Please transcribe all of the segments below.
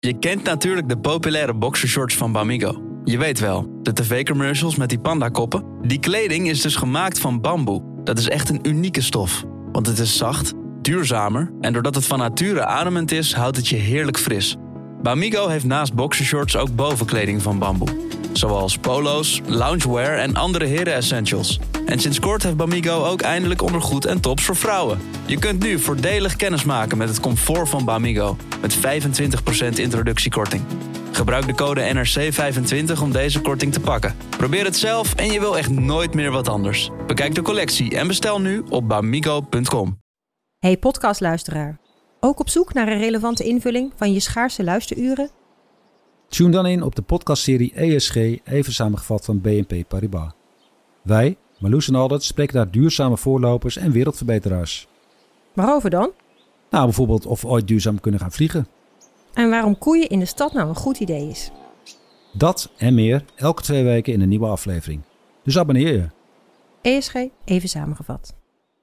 Je kent natuurlijk de populaire boxershorts van Bamigo. Je weet wel, de tv-commercials met die pandakoppen. Die kleding is dus gemaakt van bamboe. Dat is echt een unieke stof. Want het is zacht, duurzamer en doordat het van nature ademend is, houdt het je heerlijk fris. Bamigo heeft naast boxershorts ook bovenkleding van bamboe. Zoals polo's, loungewear en andere heren-essentials. En sinds kort heeft Bamigo ook eindelijk ondergoed en tops voor vrouwen. Je kunt nu voordelig kennismaken met het comfort van Bamigo. Met 25% introductiekorting. Gebruik de code NRC25 om deze korting te pakken. Probeer het zelf en je wil echt nooit meer wat anders. Bekijk de collectie en bestel nu op bamigo.com. Hey podcastluisteraar. Ook op zoek naar een relevante invulling van je schaarse luisteruren? Tune dan in op de podcastserie ESG, even samengevat van BNP Paribas. Wij, Marloes en Aldert, spreken daar duurzame voorlopers en wereldverbeteraars. Waarover dan? Nou, bijvoorbeeld of we ooit duurzaam kunnen gaan vliegen. En waarom koeien in de stad nou een goed idee is. Dat en meer elke 2 weken in een nieuwe aflevering. Dus abonneer je. ESG, even samengevat.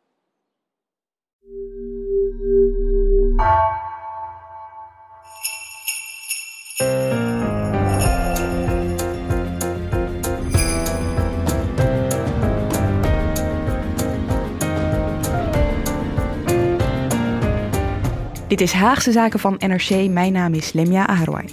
Dit is Haagse Zaken van NRC. Mijn naam is Lemia Aharwai.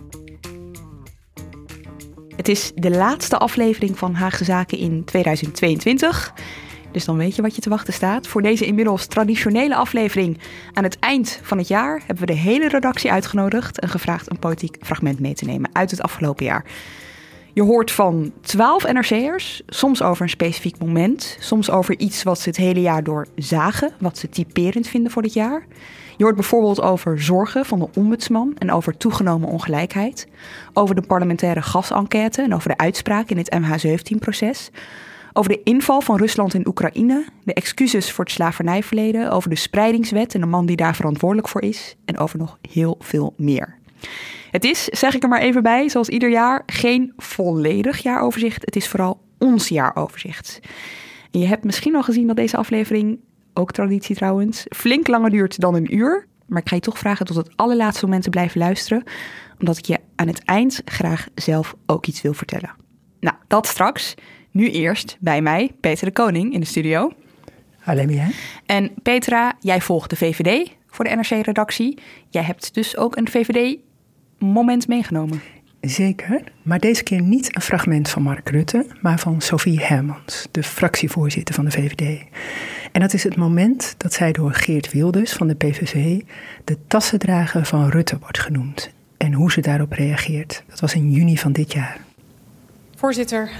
Het is de laatste aflevering van Haagse Zaken in 2022. Dus dan weet je wat je te wachten staat. Voor deze inmiddels traditionele aflevering aan het eind van het jaar hebben we de hele redactie uitgenodigd en gevraagd een politiek fragment mee te nemen uit het afgelopen jaar. Je hoort van 12 NRC'ers, soms over een specifiek moment, soms over iets wat ze het hele jaar door zagen, wat ze typerend vinden voor dit jaar. Je hoort bijvoorbeeld over zorgen van de ombudsman en over toegenomen ongelijkheid, over de parlementaire gasenquête en over de uitspraak in het MH17-proces, over de inval van Rusland in Oekraïne, de excuses voor het slavernijverleden, over de spreidingswet en de man die daar verantwoordelijk voor is en over nog heel veel meer. Het is, zeg ik er maar even bij, zoals ieder jaar, geen volledig jaaroverzicht. Het is vooral ons jaaroverzicht. En je hebt misschien al gezien dat deze aflevering, ook traditie trouwens, flink langer duurt dan een uur. Maar ik ga je toch vragen tot het allerlaatste moment te blijven luisteren, omdat ik je aan het eind graag zelf ook iets wil vertellen. Nou, dat straks. Nu eerst bij mij, Petra de Koning in de studio. Hallo Mia. En Petra, jij volgt de VVD voor de NRC-redactie. Jij hebt dus ook een VVD-moment meegenomen. Zeker, maar deze keer niet een fragment van Mark Rutte, maar van Sophie Hermans, de fractievoorzitter van de VVD. En dat is het moment dat zij door Geert Wilders van de PVV de tassendrager van Rutte wordt genoemd. En hoe ze daarop reageert. Dat was in juni van dit jaar. Voorzitter,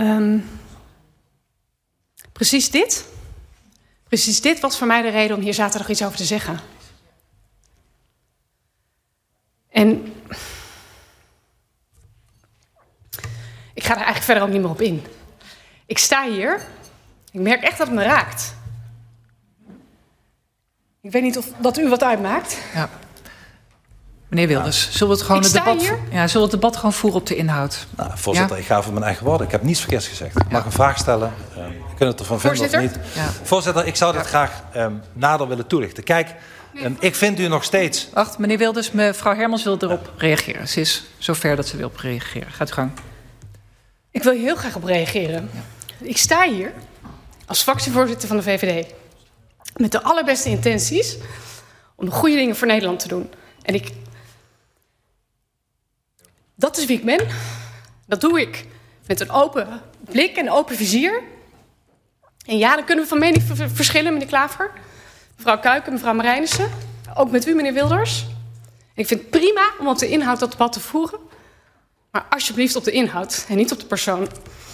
precies dit was voor mij de reden om hier zaterdag iets over te zeggen. En ik ga er eigenlijk verder ook niet meer op in. Ik sta hier, ik merk echt dat het me raakt. Ik weet niet of dat u wat uitmaakt. Ja. Meneer Wilders, zullen we het debat gewoon voeren op de inhoud? Nou, voorzitter, Ik ga voor mijn eigen woorden. Ik heb niets verkeerds gezegd. Ik mag een vraag stellen. We kunnen het ervan vinden of niet. Ja. Voorzitter, ik zou dat graag nader willen toelichten. Kijk, ik vind u nog steeds... Wacht, meneer Wilders, mevrouw Hermans wil erop reageren. Ze is zover dat ze wil op reageren. Gaat u gang. Ik wil hier heel graag op reageren. Ja. Ik sta hier als fractievoorzitter van de VVD. Met de allerbeste intenties om de goede dingen voor Nederland te doen. En dat is wie ik ben. Dat doe ik met een open blik en een open vizier. En ja, dan kunnen we van mening verschillen, meneer Klaver. Mevrouw Kuiken, mevrouw Marijnissen. Ook met u, meneer Wilders. En ik vind het prima om op de inhoud dat debat te voeren. Maar alsjeblieft op de inhoud en niet op de persoon.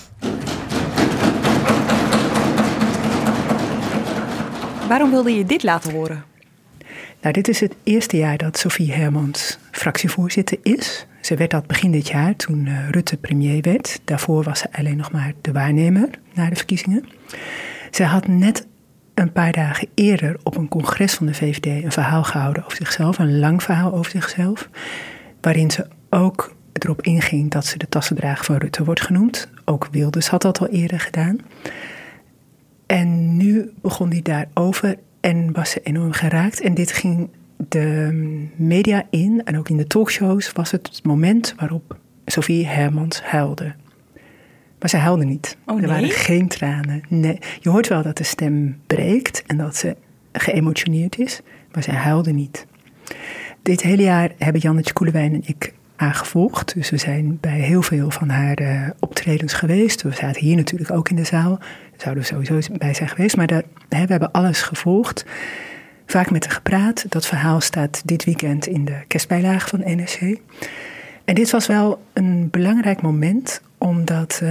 Waarom wilde je dit laten horen? Nou, dit is het eerste jaar dat Sophie Hermans fractievoorzitter is. Ze werd dat begin dit jaar toen Rutte premier werd. Daarvoor was ze alleen nog maar de waarnemer na de verkiezingen. Ze had net een paar dagen eerder op een congres van de VVD een verhaal gehouden over zichzelf. Een lang verhaal over zichzelf. Waarin ze ook erop inging dat ze de tassendrager van Rutte wordt genoemd. Ook Wilders had dat al eerder gedaan. En nu begon hij daarover en was ze enorm geraakt. En dit ging de media in en ook in de talkshows was het moment waarop Sophie Hermans huilde. Maar ze huilde niet. Er waren geen tranen. Nee. Je hoort wel dat de stem breekt en dat ze geëmotioneerd is, maar ze huilde niet. Dit hele jaar hebben Jannetje Koelewijn en ik haar gevolgd. Dus we zijn bij heel veel van haar optredens geweest. We zaten hier natuurlijk ook in de zaal. Daar zouden we sowieso bij zijn geweest. Maar we hebben alles gevolgd. Vaak met haar gepraat. Dat verhaal staat dit weekend in de kerstbijlage van NRC. En dit was wel een belangrijk moment, omdat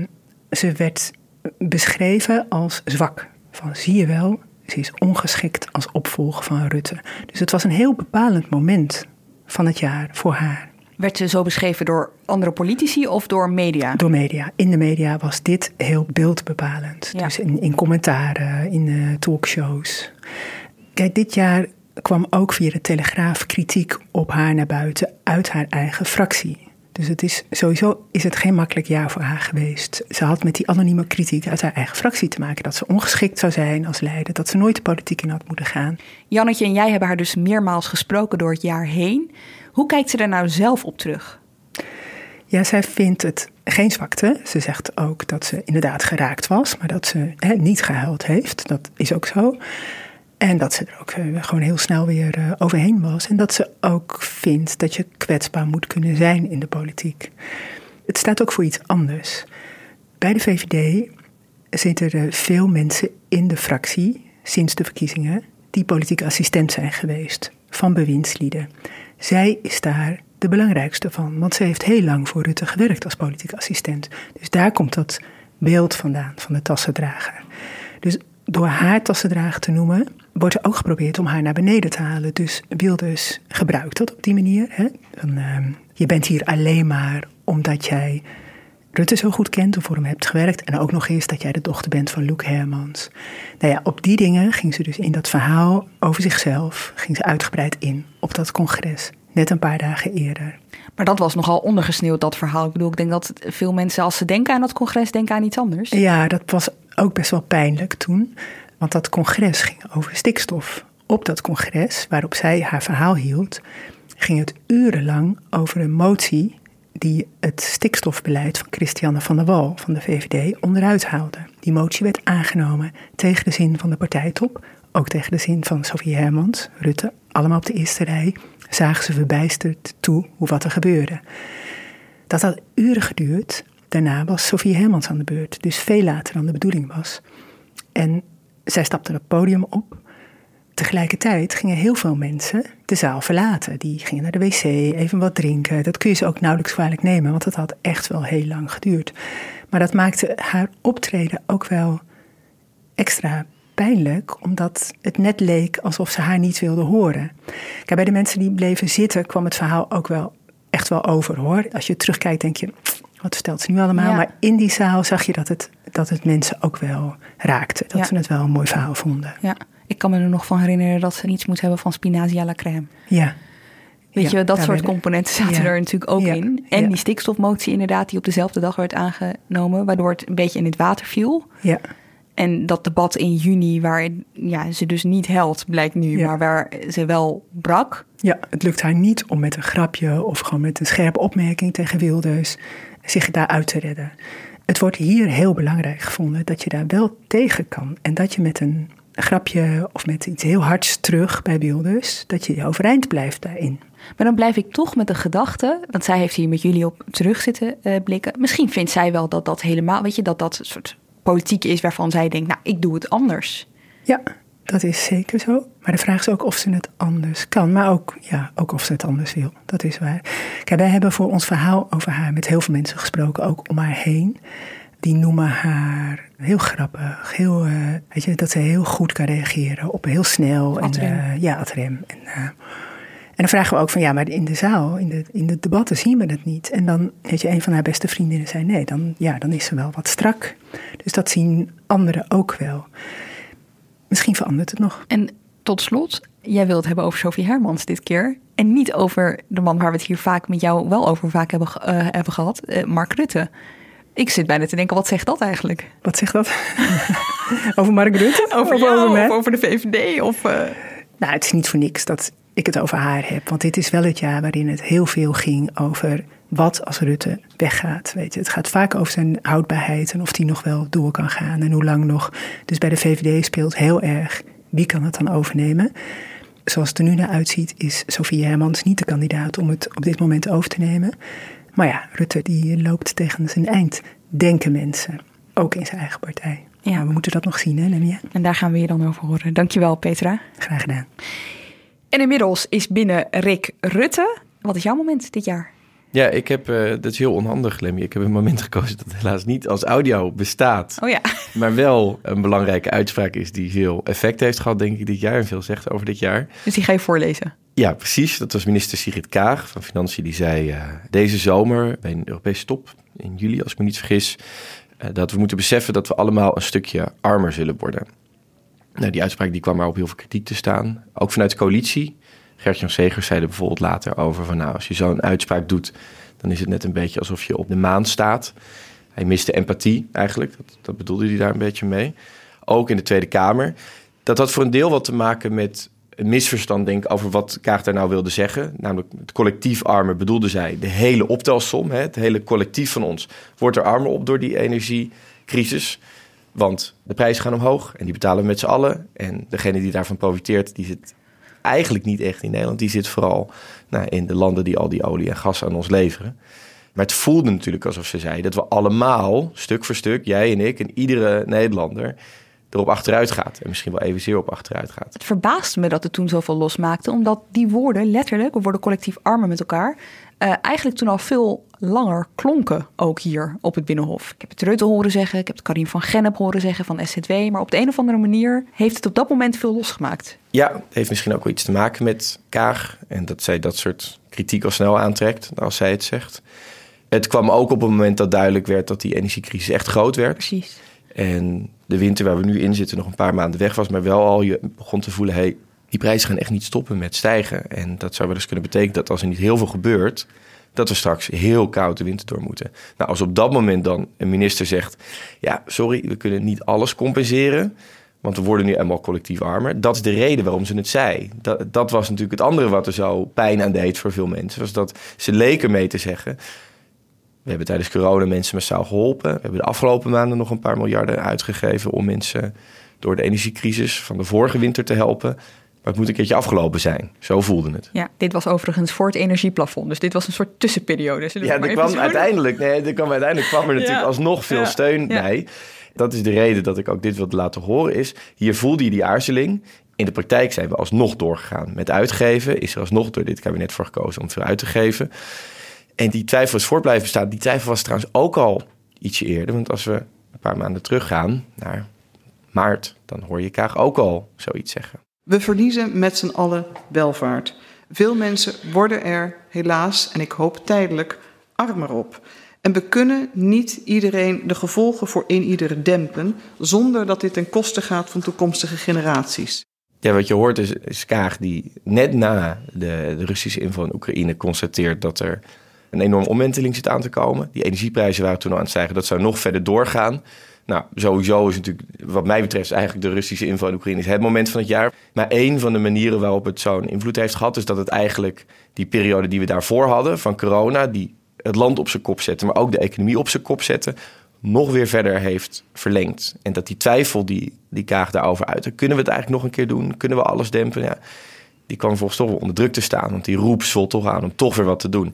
ze werd beschreven als zwak. Van zie je wel, ze is ongeschikt als opvolger van Rutte. Dus het was een heel bepalend moment van het jaar voor haar. Werd ze zo beschreven door andere politici of door media? Door media. In de media was dit heel beeldbepalend. Ja. Dus in commentaren, in talkshows. Kijk, dit jaar kwam ook via de Telegraaf kritiek op haar naar buiten uit haar eigen fractie. Dus sowieso is het geen makkelijk jaar voor haar geweest. Ze had met die anonieme kritiek uit haar eigen fractie te maken. Dat ze ongeschikt zou zijn als leider. Dat ze nooit de politiek in had moeten gaan. Jannetje en jij hebben haar dus meermaals gesproken door het jaar heen. Hoe kijkt ze er nou zelf op terug? Ja, zij vindt het geen zwakte. Ze zegt ook dat ze inderdaad geraakt was. Maar dat ze niet gehuild heeft. Dat is ook zo. En dat ze er ook gewoon heel snel weer overheen was. En dat ze ook vindt dat je kwetsbaar moet kunnen zijn in de politiek. Het staat ook voor iets anders. Bij de VVD zitten er veel mensen in de fractie, sinds de verkiezingen, die politiek assistent zijn geweest van bewindslieden. Zij is daar de belangrijkste van, want ze heeft heel lang voor Rutte gewerkt als politiek assistent. Dus daar komt dat beeld vandaan, van de tassendrager. Dus door haar tassendrager te noemen, wordt er ook geprobeerd om haar naar beneden te halen. Dus Wilders gebruikt dat op die manier. Hè? Je bent hier alleen maar omdat jij Rutte zo goed kent of voor hem hebt gewerkt. En ook nog eens dat jij de dochter bent van Loek Hermans. Nou ja, op die dingen ging ze dus in dat verhaal over zichzelf, ging ze uitgebreid in op dat congres. Net een paar dagen eerder. Maar dat was nogal ondergesneeuwd, dat verhaal. Ik bedoel, ik denk dat veel mensen, als ze denken aan dat congres, denken aan iets anders. Ja, dat was ook best wel pijnlijk toen. Want dat congres ging over stikstof. Op dat congres, waarop zij haar verhaal hield, ging het urenlang over een motie die het stikstofbeleid van Christiane van der Wal van de VVD onderuit haalde. Die motie werd aangenomen tegen de zin van de partijtop, ook tegen de zin van Sophie Hermans, Rutte, allemaal op de eerste rij, zagen ze verbijsterd toe wat er gebeurde. Dat had uren geduurd. Daarna was Sophie Hermans aan de beurt, dus veel later dan de bedoeling was. En zij stapte het podium op. Tegelijkertijd gingen heel veel mensen de zaal verlaten. Die gingen naar de wc, even wat drinken. Dat kun je ze ook nauwelijks kwalijk nemen, want het had echt wel heel lang geduurd. Maar dat maakte haar optreden ook wel extra pijnlijk, omdat het net leek alsof ze haar niet wilde horen. Kijk, bij de mensen die bleven zitten kwam het verhaal ook wel echt wel over, hoor. Als je terugkijkt denk je, wat vertelt ze nu allemaal? Ja. Maar in die zaal zag je dat het mensen ook wel raakte. Dat ze het wel een mooi verhaal vonden. Ja, ik kan me er nog van herinneren dat ze iets moet hebben van spinazie à la crème. Ja. Weet je, dat soort componenten zaten er natuurlijk ook in. En die stikstofmotie inderdaad, die op dezelfde dag werd aangenomen, waardoor het een beetje in het water viel. Ja. En dat debat in juni, waar ze dus niet helpt, blijkt nu, maar waar ze wel brak. Ja, het lukt haar niet om met een grapje of gewoon met een scherpe opmerking tegen Wilders zich daaruit te redden. Het wordt hier heel belangrijk gevonden dat je daar wel tegen kan. En dat je met een grapje of met iets heel hards terug bij Wilders, dat je overeind blijft daarin. Maar dan blijf ik toch met de gedachte, want zij heeft hier met jullie op terug zitten blikken. Misschien vindt zij wel dat dat helemaal, weet je, dat een soort politiek is waarvan zij denkt, nou, ik doe het anders. Ja, dat is zeker zo. Maar de vraag is ook of ze het anders kan. Maar ook of ze het anders wil. Dat is waar. Kijk, wij hebben voor ons verhaal over haar met heel veel mensen gesproken, ook om haar heen. Die noemen haar heel grappig. Heel, weet je, dat ze heel goed kan reageren op heel snel. Ad rem. Ad rem. En dan vragen we ook van, maar in de zaal, in de debatten zien we dat niet. En dan, weet je, een van haar beste vriendinnen zei, nee, dan is ze wel wat strak. Dus dat zien anderen ook wel. Misschien verandert het nog. En tot slot, jij wilt het hebben over Sophie Hermans dit keer. En niet over de man waar we het hier vaak met jou wel over vaak hebben gehad, Mark Rutte. Ik zit bijna te denken, wat zegt dat eigenlijk? Wat zegt dat? Over Mark Rutte? Over jou, of over de VVD? Of, Nou, het is niet voor niks dat ik het over haar heb. Want dit is wel het jaar waarin het heel veel ging over wat als Rutte weggaat. Weet je, het gaat vaak over zijn houdbaarheid en of die nog wel door kan gaan en hoe lang nog. Dus bij de VVD speelt heel erg wie kan het dan overnemen. Zoals het er nu naar uitziet is Sophie Hermans niet de kandidaat om het op dit moment over te nemen. Maar ja, Rutte die loopt tegen zijn eind, denken mensen. Ook in zijn eigen partij. Ja, maar we moeten dat nog zien, hè, Lemia? En daar gaan we je dan over horen. Dankjewel, Petra. Graag gedaan. En inmiddels is binnen Rick Rutte. Wat is jouw moment dit jaar? Ja, ik heb, dat is heel onhandig, Lemmy. Ik heb een moment gekozen dat helaas niet als audio bestaat. Oh ja. Maar wel een belangrijke uitspraak is die veel effect heeft gehad, denk ik, dit jaar. En veel zegt over dit jaar. Dus die ga je voorlezen? Ja, precies. Dat was minister Sigrid Kaag van Financiën. Die zei deze zomer bij een Europese top in juli, als ik me niet vergis, dat we moeten beseffen dat we allemaal een stukje armer zullen worden. Nou, die uitspraak die kwam maar op heel veel kritiek te staan. Ook vanuit de coalitie. Gert-Jan Segers zei er bijvoorbeeld later over van nou, als je zo'n uitspraak doet, dan is het net een beetje alsof je op de maan staat. Hij miste empathie eigenlijk, dat bedoelde hij daar een beetje mee. Ook in de Tweede Kamer. Dat had voor een deel wat te maken met een misverstand, denk ik, over wat Kaag daar nou wilde zeggen. Namelijk het collectief armer bedoelde zij de hele optelsom. Het hele collectief van ons wordt er armer op door die energiecrisis. Want de prijzen gaan omhoog en die betalen we met z'n allen. En degene die daarvan profiteert, die zit eigenlijk niet echt in Nederland. Die zit vooral in de landen die al die olie en gas aan ons leveren. Maar het voelde natuurlijk alsof ze zei dat we allemaal, stuk voor stuk, jij en ik en iedere Nederlander, erop achteruit gaat. En misschien wel evenzeer op achteruit gaat. Het verbaasde me dat het toen zoveel losmaakte. Omdat die woorden, letterlijk, we worden collectief armer met elkaar, eigenlijk toen al veel langer klonken, ook hier op het Binnenhof. Ik heb het Rutte horen zeggen, ik heb het Karin van Gennep horen zeggen van SZW. Maar op de een of andere manier heeft het op dat moment veel losgemaakt. Ja, het heeft misschien ook wel iets te maken met Kaag. En dat zij dat soort kritiek al snel aantrekt, als zij het zegt. Het kwam ook op het moment dat duidelijk werd dat die energiecrisis echt groot werd. Precies. En de winter waar we nu in zitten nog een paar maanden weg was, maar wel al je begon te voelen, hey, die prijzen gaan echt niet stoppen met stijgen. En dat zou wel eens kunnen betekenen dat als er niet heel veel gebeurt, dat we straks heel koud de winter door moeten. Nou, als op dat moment dan een minister zegt, ja, sorry, we kunnen niet alles compenseren, want we worden nu eenmaal collectief armer. Dat is de reden waarom ze het zei. Dat was natuurlijk het andere wat er zo pijn aan deed voor veel mensen, was dat ze leken mee te zeggen, we hebben tijdens corona mensen massaal geholpen. We hebben de afgelopen maanden nog een paar miljarden uitgegeven om mensen door de energiecrisis van de vorige winter te helpen. Maar het moet een keertje afgelopen zijn. Zo voelde het. Ja, dit was overigens voor het energieplafond. Dus dit was een soort tussenperiode. Ja, er kwam uiteindelijk natuurlijk alsnog veel steun bij. Dat is de reden dat ik ook dit wilde laten horen is, hier voelde je die aarzeling. In de praktijk zijn we alsnog doorgegaan met uitgeven. Is er alsnog door dit kabinet voor gekozen om veel uit te geven. En die twijfel is voort blijven bestaan. Die twijfel was trouwens ook al ietsje eerder. Want als we een paar maanden teruggaan naar maart, dan hoor je Kaag ook al zoiets zeggen. We verliezen met z'n allen welvaart. Veel mensen worden er helaas, en ik hoop tijdelijk, armer op. En we kunnen niet iedereen de gevolgen voor ieder dempen, zonder dat dit ten koste gaat van toekomstige generaties. Ja, wat je hoort is Kaag die net na de Russische inval in Oekraïne constateert dat er een enorme omwenteling zit aan te komen. Die energieprijzen waren toen al aan het stijgen. Dat zou nog verder doorgaan. Nou, sowieso is natuurlijk, wat mij betreft, eigenlijk de Russische inval in Oekraïne is het moment van het jaar. Maar een van de manieren waarop het zo'n invloed heeft gehad, is dat het eigenlijk die periode die we daarvoor hadden van corona, die het land op zijn kop zette, maar ook de economie op zijn kop zette, nog weer verder heeft verlengd. En dat die twijfel die Kaag daarover uitte, kunnen we het eigenlijk nog een keer doen? Kunnen we alles dempen? Ja, die kwam volgens toch wel onder druk te staan, want die roep zwol toch aan om toch weer wat te doen.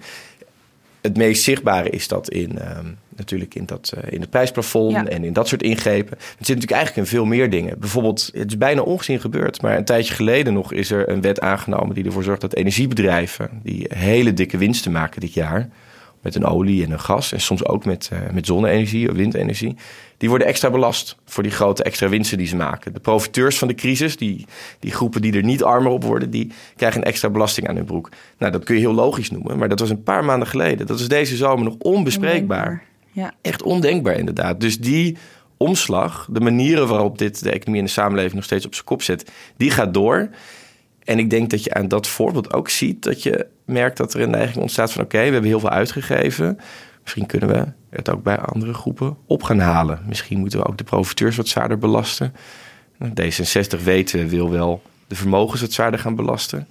Het meest zichtbare is dat natuurlijk in het prijsplafond en in dat soort ingrepen. Het zit natuurlijk eigenlijk in veel meer dingen. Bijvoorbeeld, het is bijna ongezien gebeurd, maar een tijdje geleden nog is er een wet aangenomen die ervoor zorgt dat energiebedrijven die hele dikke winsten maken dit jaar, met een olie en een gas en soms ook met zonne-energie of windenergie, die worden extra belast voor die grote extra winsten die ze maken. De profiteurs van de crisis, die groepen die er niet armer op worden, die krijgen een extra belasting aan hun broek. Nou, dat kun je heel logisch noemen, maar dat was een paar maanden geleden. Dat is deze zomer nog onbespreekbaar. Ja. Echt ondenkbaar inderdaad. Dus die omslag, de manieren waarop dit de economie en de samenleving nog steeds op zijn kop zet, die gaat door. En ik denk dat je aan dat voorbeeld ook ziet dat je merkt dat er een neiging ontstaat van oké, we hebben heel veel uitgegeven. Misschien kunnen we het ook bij andere groepen op gaan halen. Misschien moeten we ook de profiteurs wat zwaarder belasten. D66 weten wil wel de vermogens wat zwaarder gaan belasten.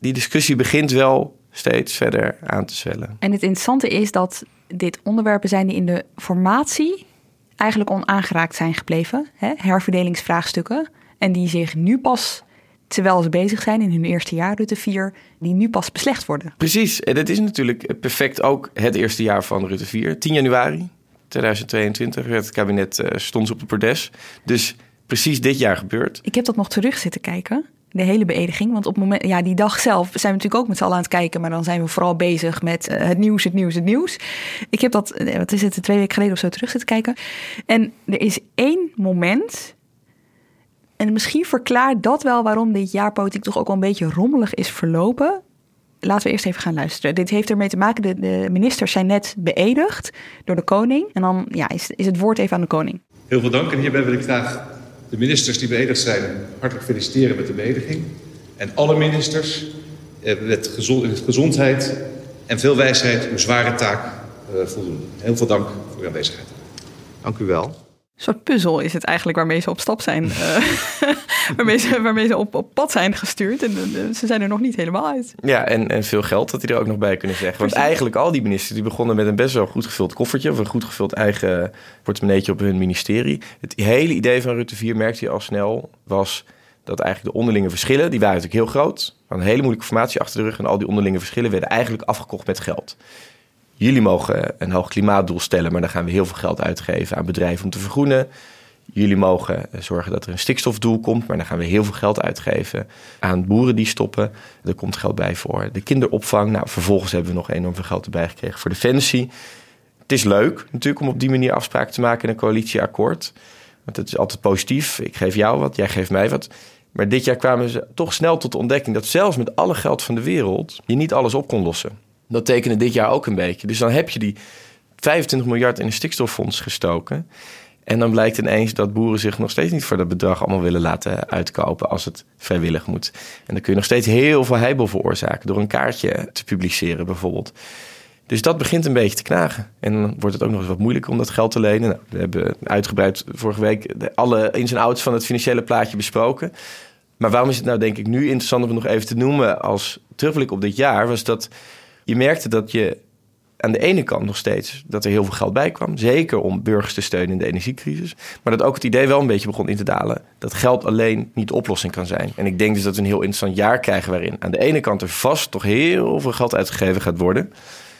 die discussie begint wel steeds verder aan te zwellen. En het interessante is dat dit onderwerpen zijn die in de formatie eigenlijk onaangeraakt zijn gebleven. Herverdelingsvraagstukken. En die zich nu pas, terwijl ze bezig zijn in hun eerste jaar, Rutte 4, die nu pas beslecht worden. Precies. En dat is natuurlijk perfect ook het eerste jaar van Rutte 4. 10 januari 2022 werd het kabinet stond op de bordes. Dus precies dit jaar gebeurt. Ik heb dat nog terug zitten kijken. De hele beëdiging. Want op het moment, die dag zelf zijn we natuurlijk ook met z'n allen aan het kijken. Maar dan zijn we vooral bezig met het nieuws. Ik heb dat, 2 weken geleden of zo terug zitten kijken. En er is 1 moment. En misschien verklaart dat wel waarom dit jaar politiek toch ook wel een beetje rommelig is verlopen. Laten we eerst even gaan luisteren. Dit heeft ermee te maken, de ministers zijn net beëdigd door de koning. En dan is het woord even aan de koning. Heel veel dank. En hierbij wil ik graag de ministers die beëdigd zijn hartelijk feliciteren met de beëdiging. En alle ministers met gezondheid en veel wijsheid uw zware taak voldoen. Heel veel dank voor uw aanwezigheid. Dank u wel. Een soort puzzel is het eigenlijk waarmee ze op stap zijn. Waarmee ze op pad zijn gestuurd. En ze zijn er nog niet helemaal uit. Ja, en veel geld had hij er ook nog bij kunnen zeggen. Want eigenlijk al die ministers die begonnen met een best wel goed gevuld koffertje. Of een goed gevuld eigen portemonneetje op hun ministerie. Het hele idee van Rutte 4, merkte je al snel, was dat eigenlijk de onderlinge verschillen, die waren natuurlijk heel groot. Er was een hele moeilijke formatie achter de rug. En al die onderlinge verschillen werden eigenlijk afgekocht met geld. Jullie mogen een hoog klimaatdoel stellen, maar dan gaan we heel veel geld uitgeven aan bedrijven om te vergroenen. Jullie mogen zorgen dat er een stikstofdoel komt, maar dan gaan we heel veel geld uitgeven aan boeren die stoppen. Er komt geld bij voor de kinderopvang. Nou, vervolgens hebben we nog enorm veel geld erbij gekregen voor Defensie. Het is leuk natuurlijk om op die manier afspraken te maken in een coalitieakkoord. Want het is altijd positief. Ik geef jou wat, jij geeft mij wat. Maar dit jaar kwamen ze toch snel tot de ontdekking dat zelfs met alle geld van de wereld je niet alles op kon lossen. Dat tekende dit jaar ook een beetje. Dus dan heb je die 25 miljard in een stikstoffonds gestoken. En dan blijkt ineens dat boeren zich nog steeds niet voor dat bedrag allemaal willen laten uitkopen als het vrijwillig moet. En dan kun je nog steeds heel veel heibel veroorzaken door een kaartje te publiceren bijvoorbeeld. Dus dat begint een beetje te knagen. En dan wordt het ook nog eens wat moeilijker om dat geld te lenen. Nou, we hebben uitgebreid vorige week alle ins en outs van het financiële plaatje besproken. Maar waarom is het nou denk ik nu interessant om het nog even te noemen als terugblik op dit jaar, was dat je merkte dat je aan de ene kant nog steeds dat er heel veel geld bij kwam. Zeker om burgers te steunen in de energiecrisis. Maar dat ook het idee wel een beetje begon in te dalen dat geld alleen niet de oplossing kan zijn. En ik denk dus dat we een heel interessant jaar krijgen waarin aan de ene kant er vast toch heel veel geld uitgegeven gaat worden.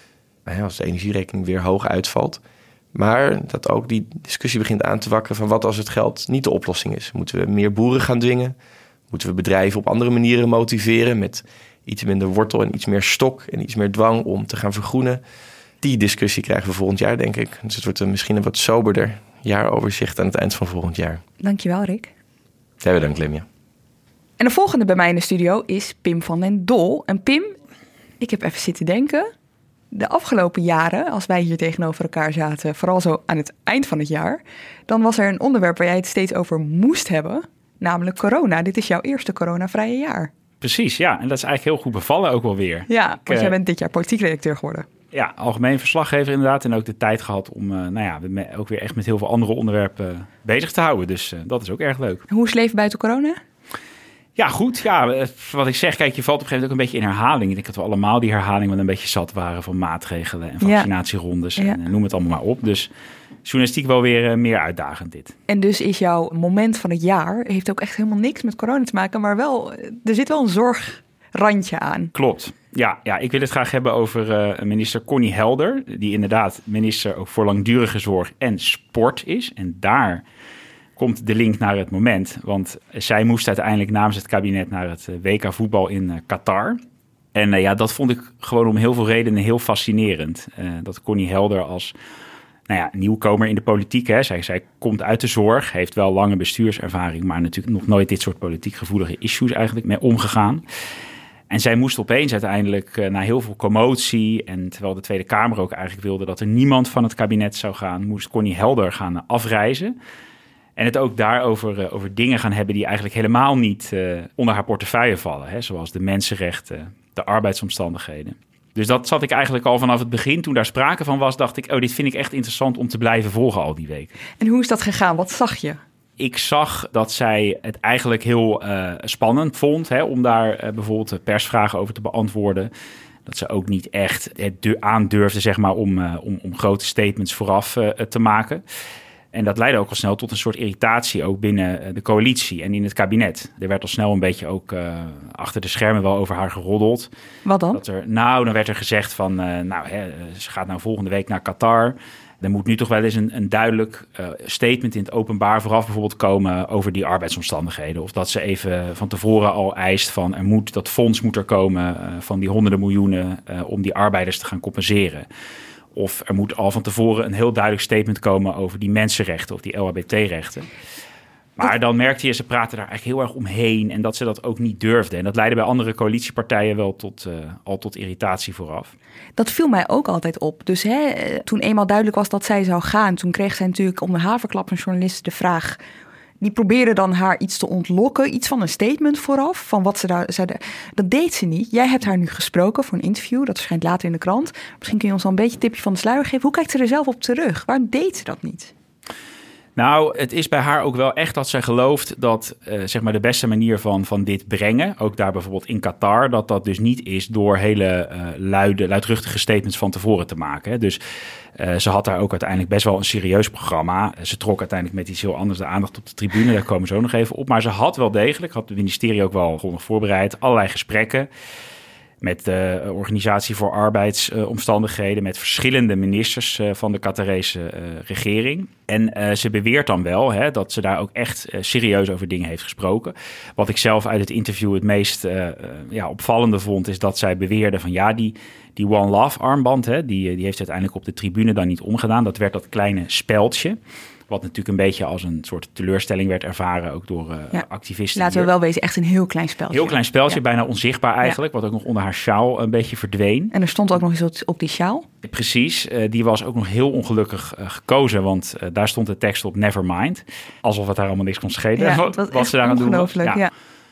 Als de energierekening weer hoog uitvalt. Maar dat ook die discussie begint aan te wakkeren van wat als het geld niet de oplossing is. Moeten we meer boeren gaan dwingen? Moeten we bedrijven op andere manieren motiveren met iets minder wortel en iets meer stok en iets meer dwang om te gaan vergroenen? Die discussie krijgen we volgend jaar, denk ik. Dus het wordt misschien een wat soberder jaaroverzicht aan het eind van volgend jaar. Dankjewel, Rick. Jij bedankt, Lemja. En de volgende bij mij in de studio is Pim van den Dol. En Pim, ik heb even zitten denken. De afgelopen jaren, als wij hier tegenover elkaar zaten, vooral zo aan het eind van het jaar, dan was er een onderwerp waar jij het steeds over moest hebben, namelijk corona. Dit is jouw eerste coronavrije jaar. Precies, ja. En dat is eigenlijk heel goed bevallen ook wel weer. Ja, want jij bent dit jaar politiek redacteur geworden. Ja, algemeen verslaggever inderdaad. En ook de tijd gehad om ook weer echt met heel veel andere onderwerpen bezig te houden. Dus dat is ook erg leuk. Hoe is het leven buiten corona? Ja, goed. Ja, wat ik zeg, kijk, je valt op een gegeven moment ook een beetje in herhaling. Ik denk dat we allemaal die herhaling wel een beetje zat waren van maatregelen en vaccinatierondes. Ja. En noem het allemaal maar op. Dus journalistiek wel weer meer uitdagend dit. En dus is jouw moment van het jaar, heeft ook echt helemaal niks met corona te maken, maar wel, er zit wel een zorgrandje aan. Klopt. Ja, ik wil het graag hebben over minister Connie Helder, die inderdaad minister ook voor langdurige zorg en sport is. En daar komt de link naar het moment. Want zij moest uiteindelijk namens het kabinet naar het WK voetbal in Qatar. En dat vond ik gewoon om heel veel redenen heel fascinerend. Dat Connie Helder als nieuwkomer in de politiek, hè, zij komt uit de zorg, heeft wel lange bestuurservaring, maar natuurlijk nog nooit dit soort politiek gevoelige issues eigenlijk mee omgegaan. En zij moest opeens uiteindelijk na heel veel commotie, en terwijl de Tweede Kamer ook eigenlijk wilde dat er niemand van het kabinet zou gaan, moest Connie Helder gaan afreizen. En het ook daarover over dingen gaan hebben die eigenlijk helemaal niet onder haar portefeuille vallen. Hè, zoals de mensenrechten, de arbeidsomstandigheden. Dus dat zat ik eigenlijk al vanaf het begin. Toen daar sprake van was, dacht ik, dit vind ik echt interessant om te blijven volgen al die weken. En hoe is dat gegaan? Wat zag je? Ik zag dat zij het eigenlijk heel spannend vond, hè, om daar bijvoorbeeld persvragen over te beantwoorden. Dat ze ook niet echt het aandurfde, zeg maar, om grote statements vooraf te maken. En dat leidde ook al snel tot een soort irritatie ook binnen de coalitie en in het kabinet. Er werd al snel een beetje ook achter de schermen wel over haar geroddeld. Wat dan? Dan werd er gezegd van, ze gaat nou volgende week naar Qatar. Er moet nu toch wel eens een duidelijk statement in het openbaar vooraf bijvoorbeeld komen over die arbeidsomstandigheden. Of dat ze even van tevoren al eist van dat fonds moet er komen van die honderden miljoenen om die arbeiders te gaan compenseren. Of er moet al van tevoren een heel duidelijk statement komen over die mensenrechten of die LHBT-rechten. Maar dan merkte je, ze praten daar eigenlijk heel erg omheen en dat ze dat ook niet durfden. En dat leidde bij andere coalitiepartijen wel tot irritatie vooraf. Dat viel mij ook altijd op. Dus toen eenmaal duidelijk was dat zij zou gaan, toen kreeg zij natuurlijk om de haverklap van journalisten de vraag. Die probeerde dan haar iets te ontlokken, iets van een statement vooraf, van wat ze daar zeiden. Dat deed ze niet. Jij hebt haar nu gesproken voor een interview, dat verschijnt later in de krant. Misschien kun je ons al een beetje een tipje van de sluier geven. Hoe kijkt ze er zelf op terug? Waarom deed ze dat niet? Nou, het is bij haar ook wel echt dat zij gelooft dat zeg maar de beste manier van dit brengen, ook daar bijvoorbeeld in Qatar, dat dus niet is door hele luidruchtige statements van tevoren te maken. Hè. Dus ze had daar ook uiteindelijk best wel een serieus programma. Ze trok uiteindelijk met iets heel anders de aandacht op de tribune. Daar komen we zo nog even op. Maar ze had wel degelijk, had het ministerie ook wel grondig voorbereid, allerlei gesprekken met de Organisatie voor Arbeidsomstandigheden, met verschillende ministers van de Qatarese regering. En ze beweert dan wel dat ze daar ook echt serieus over dingen heeft gesproken. Wat ik zelf uit het interview het meest opvallende vond, is dat zij beweerde van die One Love armband, die heeft uiteindelijk op de tribune dan niet omgedaan. Dat werd dat kleine speldje. Wat natuurlijk een beetje als een soort teleurstelling werd ervaren, ook door activisten. Laten we wel wezen, echt een heel klein speldje. Heel klein speldje, bijna onzichtbaar eigenlijk. Wat ook nog onder haar sjaal een beetje verdween. En er stond ook nog eens op die sjaal. Precies, die was ook nog heel ongelukkig gekozen. Want daar stond de tekst op Nevermind. Alsof het haar allemaal niks kon schelen. Wat ze daar aan doen was. Ja.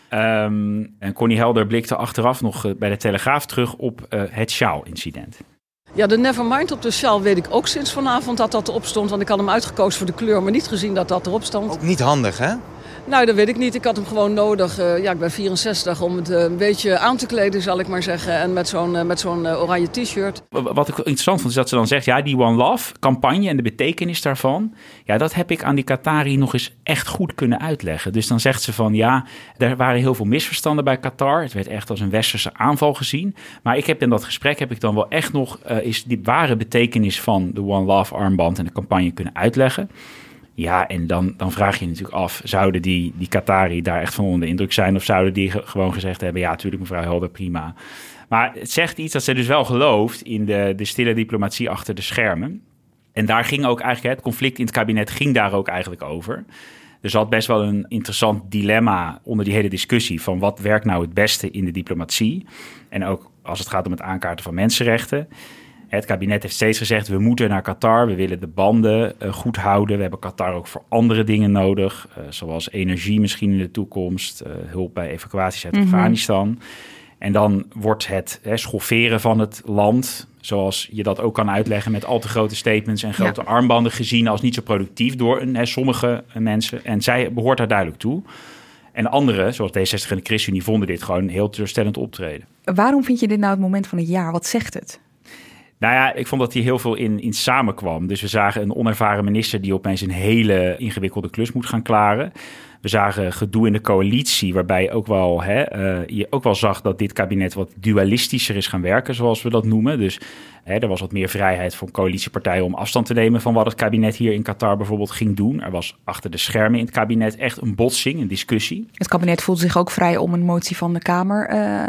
En Connie Helder blikte achteraf nog bij de Telegraaf terug op het sjaal-incident. Ja, de Nevermind op de sjaal weet ik ook sinds vanavond dat erop stond. Want ik had hem uitgekozen voor de kleur, maar niet gezien dat erop stond. Ook niet handig, hè? Nou, dat weet ik niet. Ik had hem gewoon nodig. Ik ben 64 om het een beetje aan te kleden, zal ik maar zeggen. En met zo'n oranje t-shirt. Wat ik interessant vond, is dat ze dan zegt, die One Love campagne en de betekenis daarvan, dat heb ik aan die Qatari nog eens echt goed kunnen uitleggen. Dus dan zegt ze van, er waren heel veel misverstanden bij Qatar. Het werd echt als een westerse aanval gezien. Maar ik heb in dat gesprek dan wel echt nog is die ware betekenis van de One Love armband en de campagne kunnen uitleggen. Ja, en dan vraag je natuurlijk af, zouden die Qatari daar echt van onder de indruk zijn? Of zouden die gewoon gezegd hebben, ja, natuurlijk mevrouw Helder, prima. Maar het zegt iets dat ze dus wel gelooft in de stille diplomatie achter de schermen. En daar ging ook eigenlijk, het conflict in het kabinet ging daar ook eigenlijk over. Dus had best wel een interessant dilemma onder die hele discussie van wat werkt nou het beste in de diplomatie? En ook als het gaat om het aankaarten van mensenrechten. Het kabinet heeft steeds gezegd, we moeten naar Qatar, we willen de banden goed houden. We hebben Qatar ook voor andere dingen nodig, zoals energie misschien in de toekomst, hulp bij evacuaties uit Afghanistan. En dan wordt het schofferen van het land, zoals je dat ook kan uitleggen met al te grote statements en grote armbanden, gezien als niet zo productief door sommige mensen. En zij behoort daar duidelijk toe. En anderen, zoals D66 en de ChristenUnie, vonden dit gewoon heel teleurstellend optreden. Waarom vind je dit nou het moment van het jaar? Wat zegt het? Nou ja, ik vond dat hier heel veel in samenkwam. Dus we zagen een onervaren minister die opeens een hele ingewikkelde klus moet gaan klaren. We zagen gedoe in de coalitie, waarbij ook wel, je ook wel zag dat dit kabinet wat dualistischer is gaan werken, zoals we dat noemen. Dus er was wat meer vrijheid voor coalitiepartijen om afstand te nemen van wat het kabinet hier in Qatar bijvoorbeeld ging doen. Er was achter de schermen in het kabinet echt een botsing, een discussie. Het kabinet voelde zich ook vrij om een motie van de Kamer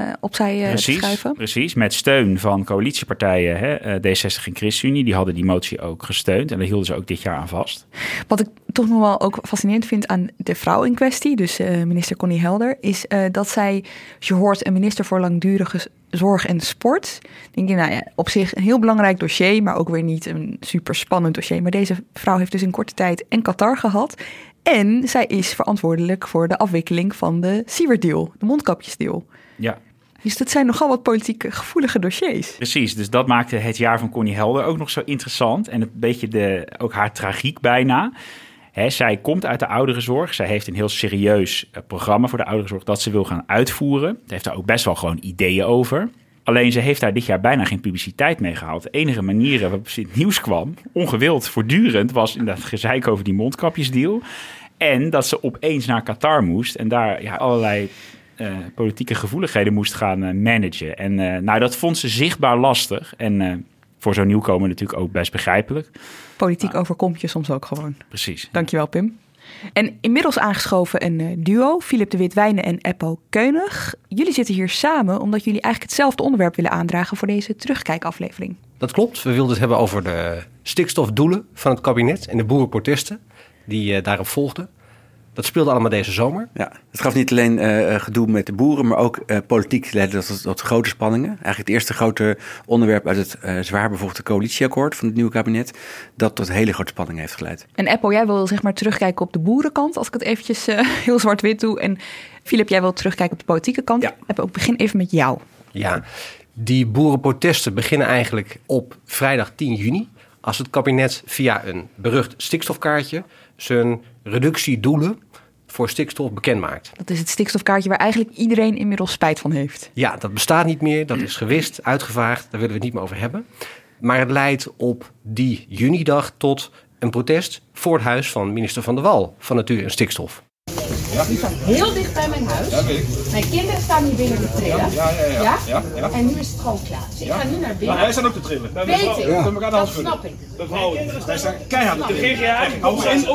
opzij te schuiven. Precies, met steun van coalitiepartijen, D66 en ChristenUnie. Die hadden die motie ook gesteund en daar hielden ze ook dit jaar aan vast. Wat ik toch nog wel ook fascinerend vind aan de vrouw in kwestie, dus minister Connie Helder, is dat zij, als je hoort een minister voor langdurige zorg en sport, denk je, op zich een heel belangrijk dossier, maar ook weer niet een super spannend dossier. Maar deze vrouw heeft dus in korte tijd en Qatar gehad. En zij is verantwoordelijk voor de afwikkeling van de Siewert-deal, de mondkapjesdeal. Ja. Dus dat zijn nogal wat politiek gevoelige dossiers. Precies, dus dat maakte het jaar van Connie Helder ook nog zo interessant. En een beetje ook haar tragiek bijna. Zij komt uit de ouderenzorg. Zij heeft een heel serieus programma voor de ouderenzorg dat ze wil gaan uitvoeren. Ze heeft daar ook best wel gewoon ideeën over. Alleen ze heeft daar dit jaar bijna geen publiciteit mee gehaald. De enige manier waarop ze in het nieuws kwam, ongewild voortdurend, was inderdaad gezeik over die mondkapjesdeal. En dat ze opeens naar Qatar moest en daar allerlei politieke gevoeligheden moest gaan managen. En dat vond ze zichtbaar lastig. En voor zo'n nieuwkomer natuurlijk ook best begrijpelijk. Politiek overkomt je soms ook gewoon. Precies. Dankjewel, Pim. En inmiddels aangeschoven een duo, Philip de Witwijnen en Eppo Keunig. Jullie zitten hier samen omdat jullie eigenlijk hetzelfde onderwerp willen aandragen voor deze terugkijkaflevering. Dat klopt. We wilden het hebben over de stikstofdoelen van het kabinet en de boerenprotesten die daarop volgden. Dat speelde allemaal deze zomer. Ja, het gaf niet alleen gedoe met de boeren, maar ook politiek leidde dat tot grote spanningen. Eigenlijk het eerste grote onderwerp uit het zwaar bevochten coalitieakkoord van het nieuwe kabinet, dat tot hele grote spanningen heeft geleid. En Eppo, jij wil zeg maar terugkijken op de boerenkant, als ik het eventjes heel zwart-wit doe. En Philip, jij wil terugkijken op de politieke kant. Ja. Eppo, ik begin even met jou. Ja, die boerenprotesten beginnen eigenlijk op vrijdag 10 juni... als het kabinet via een berucht stikstofkaartje zijn reductiedoelen voor stikstof bekendmaakt. Dat is het stikstofkaartje waar eigenlijk iedereen inmiddels spijt van heeft. Ja, dat bestaat niet meer. Dat is gewist, uitgevaagd. Daar willen we het niet meer over hebben. Maar het leidt op die junidag tot een protest voor het huis van minister Van der Wal van Natuur en Stikstof. Ja. Die staat heel dicht bij mijn huis. Ja, weet ik. Mijn kinderen staan hier binnen te trillen. Ja? En nu is het gewoon klaar. Dus ik ga nu naar binnen. Maar wij staan ook te trillen. Weet ik. Ja. Dat snap ik. Wij staan keihard te trillen.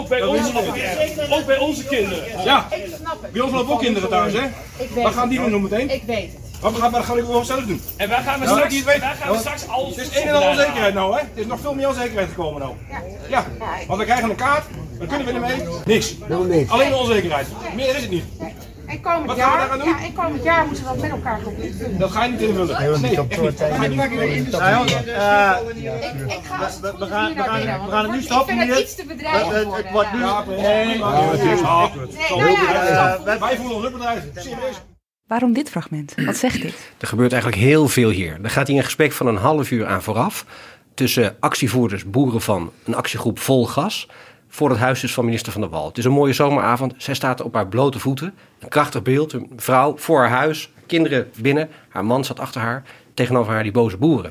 Ook bij onze kinderen. Ja. Bij ons lopen ook kinderen thuis, hè? Wat gaan die doen nog meteen? Ik weet het. Wat gaan we gewoon zelf doen? En wij gaan straks alles... Het is een en al onzekerheid nou, hè? Het is nog veel meer onzekerheid gekomen nou. Ja, want we krijgen een kaart. Dan kunnen we ermee niks. Alleen de onzekerheid. Meer is het niet. En komend jaar moeten we dat met elkaar gaan invullen. Dat ga je niet invullen. Nee, echt niet. We gaan het nu stoppen. Ik vind het iets te bedrijvig worden. Het wordt nu... Wij voelen ons ook bedrijf. Serieus. Waarom dit fragment? Wat zegt dit? Er gebeurt eigenlijk heel veel hier. Er gaat hier een gesprek van een half uur aan vooraf tussen actievoerders, boeren van een actiegroep Vol Gas, voor het huis dus van minister Van der Wal. Het is een mooie zomeravond. Zij staat op haar blote voeten. Een krachtig beeld. Een vrouw voor haar huis. Kinderen binnen. Haar man zat achter haar. Tegenover haar die boze boeren.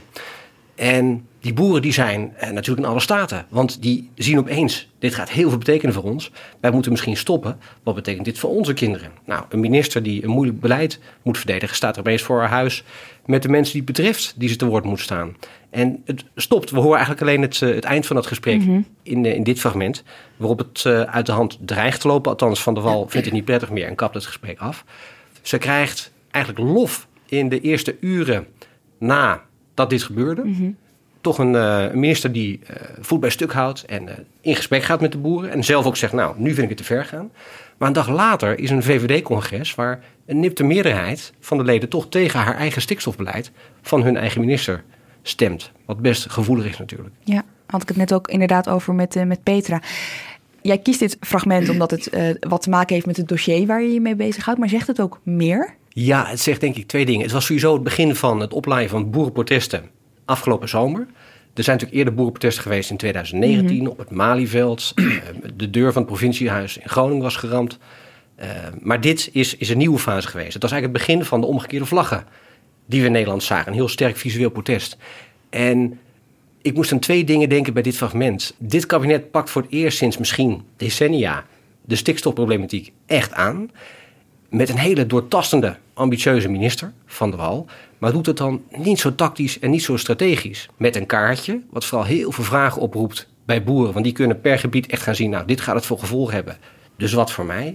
En die boeren die zijn natuurlijk in alle staten. Want die zien opeens, dit gaat heel veel betekenen voor ons. Wij moeten misschien stoppen. Wat betekent dit voor onze kinderen? Nou, een minister die een moeilijk beleid moet verdedigen, staat er opeens voor haar huis met de mensen die het betreft, die ze te woord moet staan. En het stopt. We horen eigenlijk alleen het eind van het gesprek in dit fragment, waarop het uit de hand dreigt te lopen. Althans, Van der Wal vindt het niet prettig meer en kapt het gesprek af. Ze krijgt eigenlijk lof in de eerste uren nadat dit gebeurde. Toch een minister die voet bij stuk houdt en in gesprek gaat met de boeren. En zelf ook zegt, nou, nu vind ik het te ver gaan. Maar een dag later is een VVD-congres waar een nipte meerderheid van de leden toch tegen haar eigen stikstofbeleid van hun eigen minister stemt. Wat best gevoelig is natuurlijk. Ja, had ik het net ook inderdaad over met Petra. Jij kiest dit fragment omdat het wat te maken heeft met het dossier waar je je mee bezighoudt. Maar zegt het ook meer? Ja, het zegt denk ik twee dingen. Het was sowieso het begin van het oplaaien van boerenprotesten afgelopen zomer. Er zijn natuurlijk eerder boerenprotesten geweest in 2019 op het Malieveld. De deur van het provinciehuis in Groningen was geramd. Maar dit is een nieuwe fase geweest. Het was eigenlijk het begin van de omgekeerde vlaggen die we in Nederland zagen. Een heel sterk visueel protest. En ik moest aan twee dingen denken bij dit fragment. Dit kabinet pakt voor het eerst sinds misschien decennia de stikstofproblematiek echt aan. Met een hele doortastende, ambitieuze minister, Van der Wal. Maar doet het dan niet zo tactisch en niet zo strategisch. Met een kaartje, wat vooral heel veel vragen oproept bij boeren. Want die kunnen per gebied echt gaan zien, nou, dit gaat het voor gevolg hebben. Dus wat voor mij?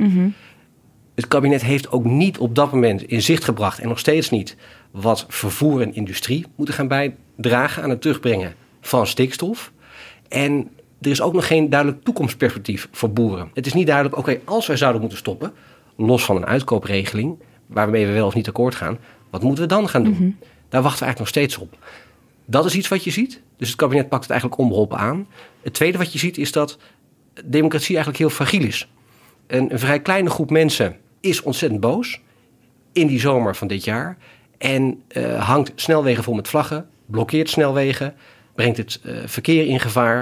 Het kabinet heeft ook niet op dat moment in zicht gebracht, en nog steeds niet, wat vervoer en industrie moeten gaan bijdragen aan het terugbrengen van stikstof. En er is ook nog geen duidelijk toekomstperspectief voor boeren. Het is niet duidelijk, oké, als wij zouden moeten stoppen, los van een uitkoopregeling, waarmee we wel of niet akkoord gaan, wat moeten we dan gaan doen? Daar wachten we eigenlijk nog steeds op. Dat is iets wat je ziet. Dus het kabinet pakt het eigenlijk onbeholpen aan. Het tweede wat je ziet is dat democratie eigenlijk heel fragiel is. Een vrij kleine groep mensen is ontzettend boos in die zomer van dit jaar. En hangt snelwegen vol met vlaggen, blokkeert snelwegen, brengt het verkeer in gevaar,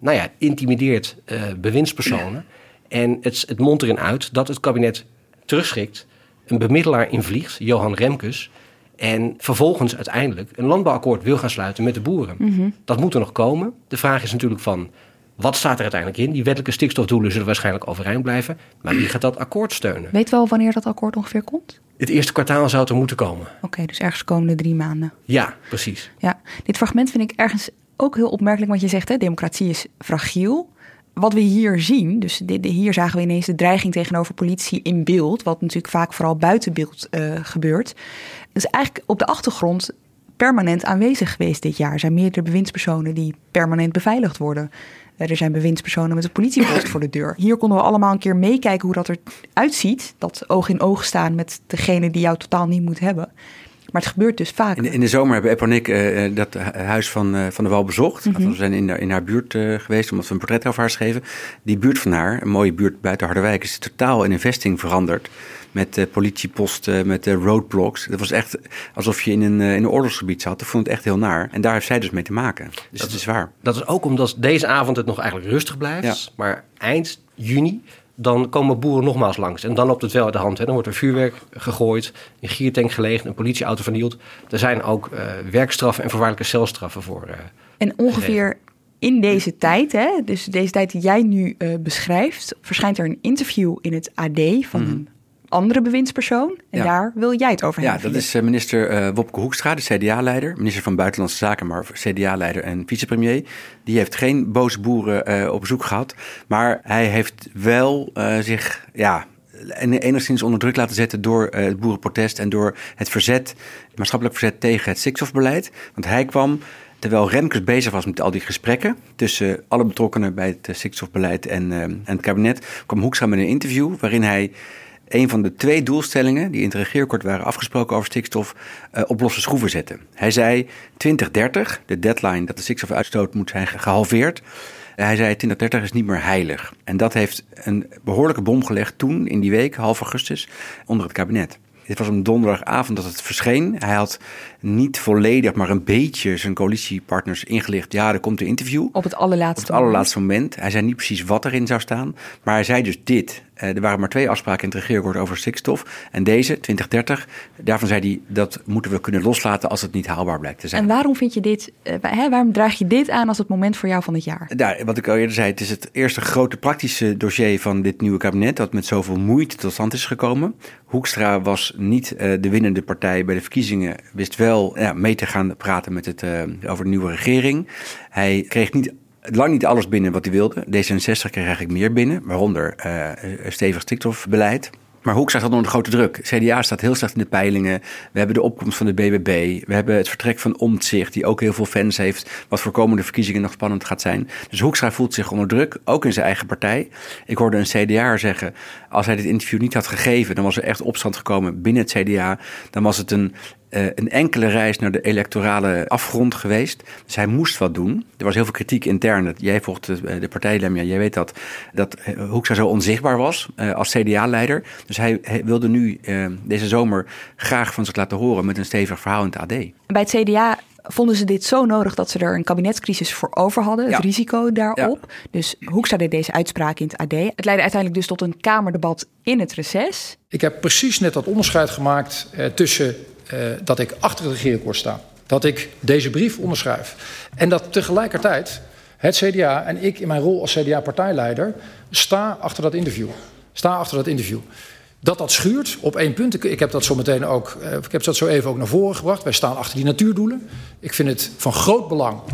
intimideert bewindspersonen. En het mondt erin uit dat het kabinet terugschikt, een bemiddelaar invliegt, Johan Remkes, en vervolgens uiteindelijk een landbouwakkoord wil gaan sluiten met de boeren. Mm-hmm. Dat moet er nog komen. De vraag is natuurlijk van, wat staat er uiteindelijk in? Die wettelijke stikstofdoelen zullen waarschijnlijk overeind blijven. Maar wie gaat dat akkoord steunen? Weet wel wanneer dat akkoord ongeveer komt? Het eerste kwartaal zou het er moeten komen. Oké, dus ergens komende 3 maanden. Ja, precies. Ja, dit fragment vind ik ergens ook heel opmerkelijk, want je zegt, hè, democratie is fragiel. Wat we hier zien, dus hier zagen we ineens de dreiging tegenover politie in beeld, wat natuurlijk vaak vooral buiten beeld gebeurt. Dus eigenlijk op de achtergrond permanent aanwezig geweest dit jaar. Er zijn meerdere bewindspersonen die permanent beveiligd worden. Er zijn bewindspersonen met een politiepost voor de deur. Hier konden we allemaal een keer meekijken hoe dat eruit ziet. Dat oog in oog staan met degene die jou totaal niet moet hebben. Maar het gebeurt dus vaak. In de zomer hebben Eppo en ik dat huis van de Wal bezocht. Mm-hmm. We zijn in haar buurt geweest omdat we een portret over haar schreven. Die buurt van haar, een mooie buurt buiten Harderwijk, is totaal in een vesting veranderd. Met politieposten, met roadblocks. Dat was echt alsof je in een oorlogsgebied zat. Ik vond het echt heel naar. En daar heeft zij dus mee te maken. Dus dat is waar. Dat is ook omdat deze avond het nog eigenlijk rustig blijft. Ja. Maar eind juni, dan komen boeren nogmaals langs. En dan loopt het wel uit de hand. Hè. Dan wordt er vuurwerk gegooid, een giertank gelegen, een politieauto vernield. Er zijn ook werkstraffen en voorwaardelijke celstraffen voor. En ongeveer in deze tijd, hè, dus deze tijd die jij nu beschrijft, verschijnt er een interview in het AD van een andere bewindspersoon. En daar wil jij het over hebben. Ja, dat is minister Wopke Hoekstra, de CDA-leider. Minister van Buitenlandse Zaken, maar CDA-leider en vicepremier. Die heeft geen boze boeren op bezoek gehad. Maar hij heeft wel zich enigszins onder druk laten zetten door het boerenprotest en door het verzet, het maatschappelijk verzet tegen het stikstofbeleid. Want hij kwam, terwijl Remkes bezig was met al die gesprekken tussen alle betrokkenen bij het stikstofbeleid en het kabinet, kwam Hoekstra met een interview waarin hij een van de 2 doelstellingen die in het regeerakkoord waren afgesproken over stikstof op losse schroeven zetten. Hij zei 2030, de deadline dat de stikstofuitstoot moet zijn gehalveerd. Hij zei 2030 is niet meer heilig. En dat heeft een behoorlijke bom gelegd toen, in die week, half augustus, onder het kabinet. Dit was een donderdagavond dat het verscheen. Hij had niet volledig, maar een beetje zijn coalitiepartners ingelicht. Ja, er komt een interview. Op het allerlaatste moment. Hij zei niet precies wat erin zou staan. Maar hij zei dus dit. Er waren maar 2 afspraken in het regeerakkoord over stikstof. En deze, 2030, daarvan zei hij, dat moeten we kunnen loslaten als het niet haalbaar blijkt te zijn. En waarom vind je dit, waarom draag je dit aan als het moment voor jou van het jaar? Wat ik al eerder zei, het is het eerste grote praktische dossier van dit nieuwe kabinet, dat met zoveel moeite tot stand is gekomen. Hoekstra was niet de winnende partij bij de verkiezingen, wist wel mee te gaan praten met over de nieuwe regering. Hij kreeg lang niet alles binnen wat hij wilde. D66 kreeg eigenlijk meer binnen, waaronder stevig stikstofbeleid. Maar Hoekstra staat onder grote druk. CDA staat heel slecht in de peilingen. We hebben de opkomst van de BBB. We hebben het vertrek van Omtzigt, die ook heel veel fans heeft, wat voor komende verkiezingen nog spannend gaat zijn. Dus Hoekstra voelt zich onder druk, ook in zijn eigen partij. Ik hoorde een CDA'er zeggen, als hij dit interview niet had gegeven, dan was er echt opstand gekomen binnen het CDA. Dan was het een enkele reis naar de electorale afgrond geweest. Dus hij moest wat doen. Er was heel veel kritiek intern. Jij volgt de partij, Lemja. Jij weet dat Hoekstra zo onzichtbaar was als CDA-leider. Dus hij wilde nu deze zomer graag van zich laten horen met een stevig verhaal in het AD. Bij het CDA vonden ze dit zo nodig dat ze er een kabinetscrisis voor over hadden. Het risico daarop. Ja. Dus Hoekstra deed deze uitspraak in het AD. Het leidde uiteindelijk dus tot een Kamerdebat in het reces. Ik heb precies net dat onderscheid gemaakt tussen dat ik achter het regeerakkoord sta. Dat ik deze brief onderschrijf. En dat tegelijkertijd het CDA en ik in mijn rol als CDA-partijleider sta achter dat interview. Dat schuurt op 1 punt. Ik heb dat zo meteen ook, ik heb dat zo even ook naar voren gebracht. Wij staan achter die natuurdoelen. Ik vind het van groot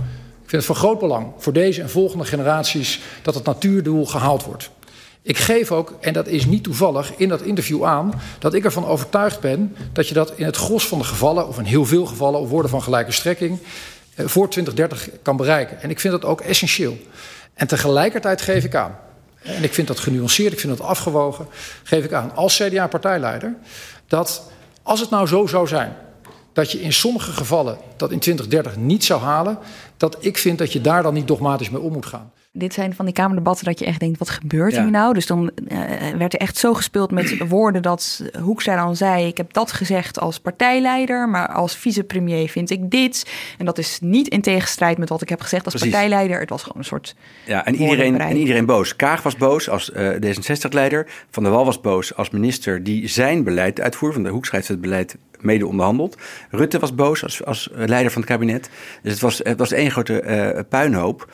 belang voor deze en volgende generaties dat het natuurdoel gehaald wordt. Ik geef ook, en dat is niet toevallig, in dat interview aan dat ik ervan overtuigd ben dat je dat in het gros van de gevallen, of in heel veel gevallen, of woorden van gelijke strekking, voor 2030 kan bereiken. En ik vind dat ook essentieel. En tegelijkertijd geef ik aan, en ik vind dat genuanceerd, ik vind dat afgewogen, geef ik aan als CDA-partijleider dat als het nou zo zou zijn dat je in sommige gevallen dat in 2030 niet zou halen, dat ik vind dat je daar dan niet dogmatisch mee om moet gaan. Dit zijn van die Kamerdebatten dat je echt denkt, wat gebeurt hier nou? Dus dan werd er echt zo gespeeld met woorden dat Hoekstra dan zei, ik heb dat gezegd als partijleider, maar als vicepremier vind ik dit. En dat is niet in tegenstrijd met wat ik heb gezegd als partijleider. Het was gewoon een soort... Ja, en iedereen boos. Kaag was boos als D66-leider. Van der Wal was boos als minister die zijn beleid uitvoerde. Van de Hoekstra heeft het beleid mede onderhandeld. Rutte was boos als leider van het kabinet. Dus het was één grote puinhoop.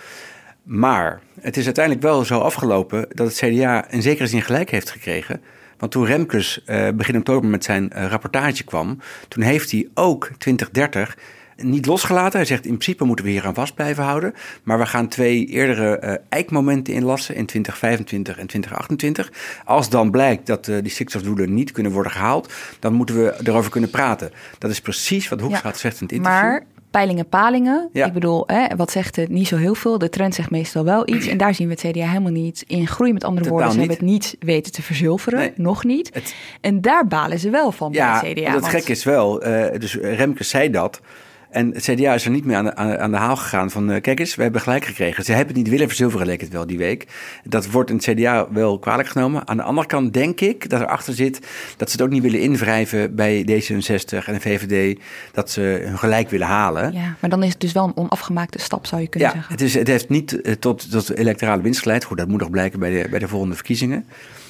Maar het is uiteindelijk wel zo afgelopen dat het CDA in zekere zin gelijk heeft gekregen. Want toen Remkes begin oktober met zijn rapportage kwam, toen heeft hij ook 2030 niet losgelaten. Hij zegt in principe moeten we hier aan vast blijven houden. Maar we gaan 2 eerdere eikmomenten inlassen in 2025 en 2028. Als dan blijkt dat die stikstofdoelen niet kunnen worden gehaald, dan moeten we erover kunnen praten. Dat is precies wat Hoekstra zegt in het interview. Maar palingen. Ja. Ik bedoel, wat zegt het? Niet zo heel veel. De trend zegt meestal wel iets. En daar zien we het CDA helemaal niet in groei. Met andere woorden, ze hebben het niet weten te verzilveren. Nee. Nog niet. En daar balen ze wel van bij het CDA. Dat gek is wel. Dus Remkes zei dat. En het CDA is er niet meer aan de haal gegaan van... kijk eens, we hebben gelijk gekregen. Ze hebben het niet willen verzilveren, leek het wel die week. Dat wordt in het CDA wel kwalijk genomen. Aan de andere kant denk ik dat erachter zit... dat ze het ook niet willen invrijven bij D66 en de VVD... dat ze hun gelijk willen halen. Ja, maar dan is het dus wel een onafgemaakte stap, zou je kunnen zeggen. Het heeft niet tot electorale winst geleid. Goed, dat moet nog blijken bij de volgende verkiezingen.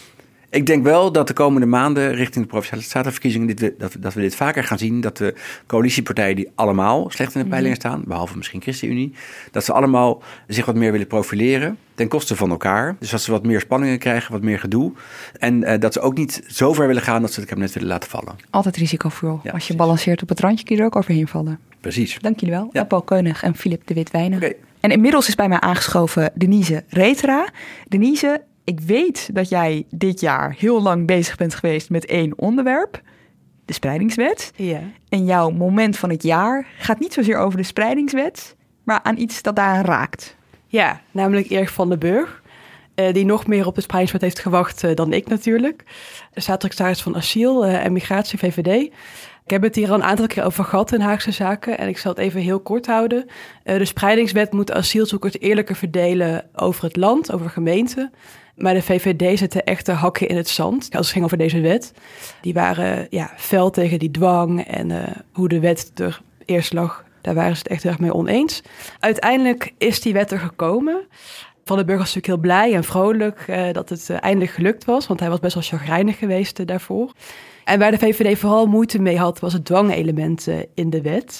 Ik denk wel dat de komende maanden richting de Provinciale Statenverkiezingen... dat we dit vaker gaan zien. Dat de coalitiepartijen die allemaal slecht in de peilingen staan... behalve misschien ChristenUnie... dat ze allemaal zich wat meer willen profileren... ten koste van elkaar. Dus dat ze wat meer spanningen krijgen, wat meer gedoe. En dat ze ook niet zo ver willen gaan... dat ze het kabinet willen laten vallen. Altijd risicovol. Ja, als je balanceert op het randje, kun je er ook overheen vallen. Precies. Dank jullie wel. Ja. Paul Keunig en Philip de Wit-Wijnen. Okay. En inmiddels is bij mij aangeschoven Denise Retera. Denise... Ik weet dat jij dit jaar heel lang bezig bent geweest met 1 onderwerp. De spreidingswet. Ja. En jouw moment van het jaar gaat niet zozeer over de spreidingswet... maar aan iets dat daaraan raakt. Ja, namelijk Erik van den Burg. Die nog meer op de spreidingswet heeft gewacht dan ik natuurlijk. Staatssecretaris van Asiel en Migratie, VVD. Ik heb het hier al een aantal keer over gehad in Haagse Zaken... en ik zal het even heel kort houden. De spreidingswet moet asielzoekers eerlijker verdelen over het land, over gemeenten... Maar de VVD zette echt de hakken in het zand als het ging over deze wet. Die waren fel tegen die dwang en hoe de wet er eerst lag. Daar waren ze het echt heel erg mee oneens. Uiteindelijk is die wet er gekomen. Van den Burg was natuurlijk heel blij en vrolijk dat het eindelijk gelukt was. Want hij was best wel chagrijnig geweest daarvoor. En waar de VVD vooral moeite mee had, was het dwangelement in de wet.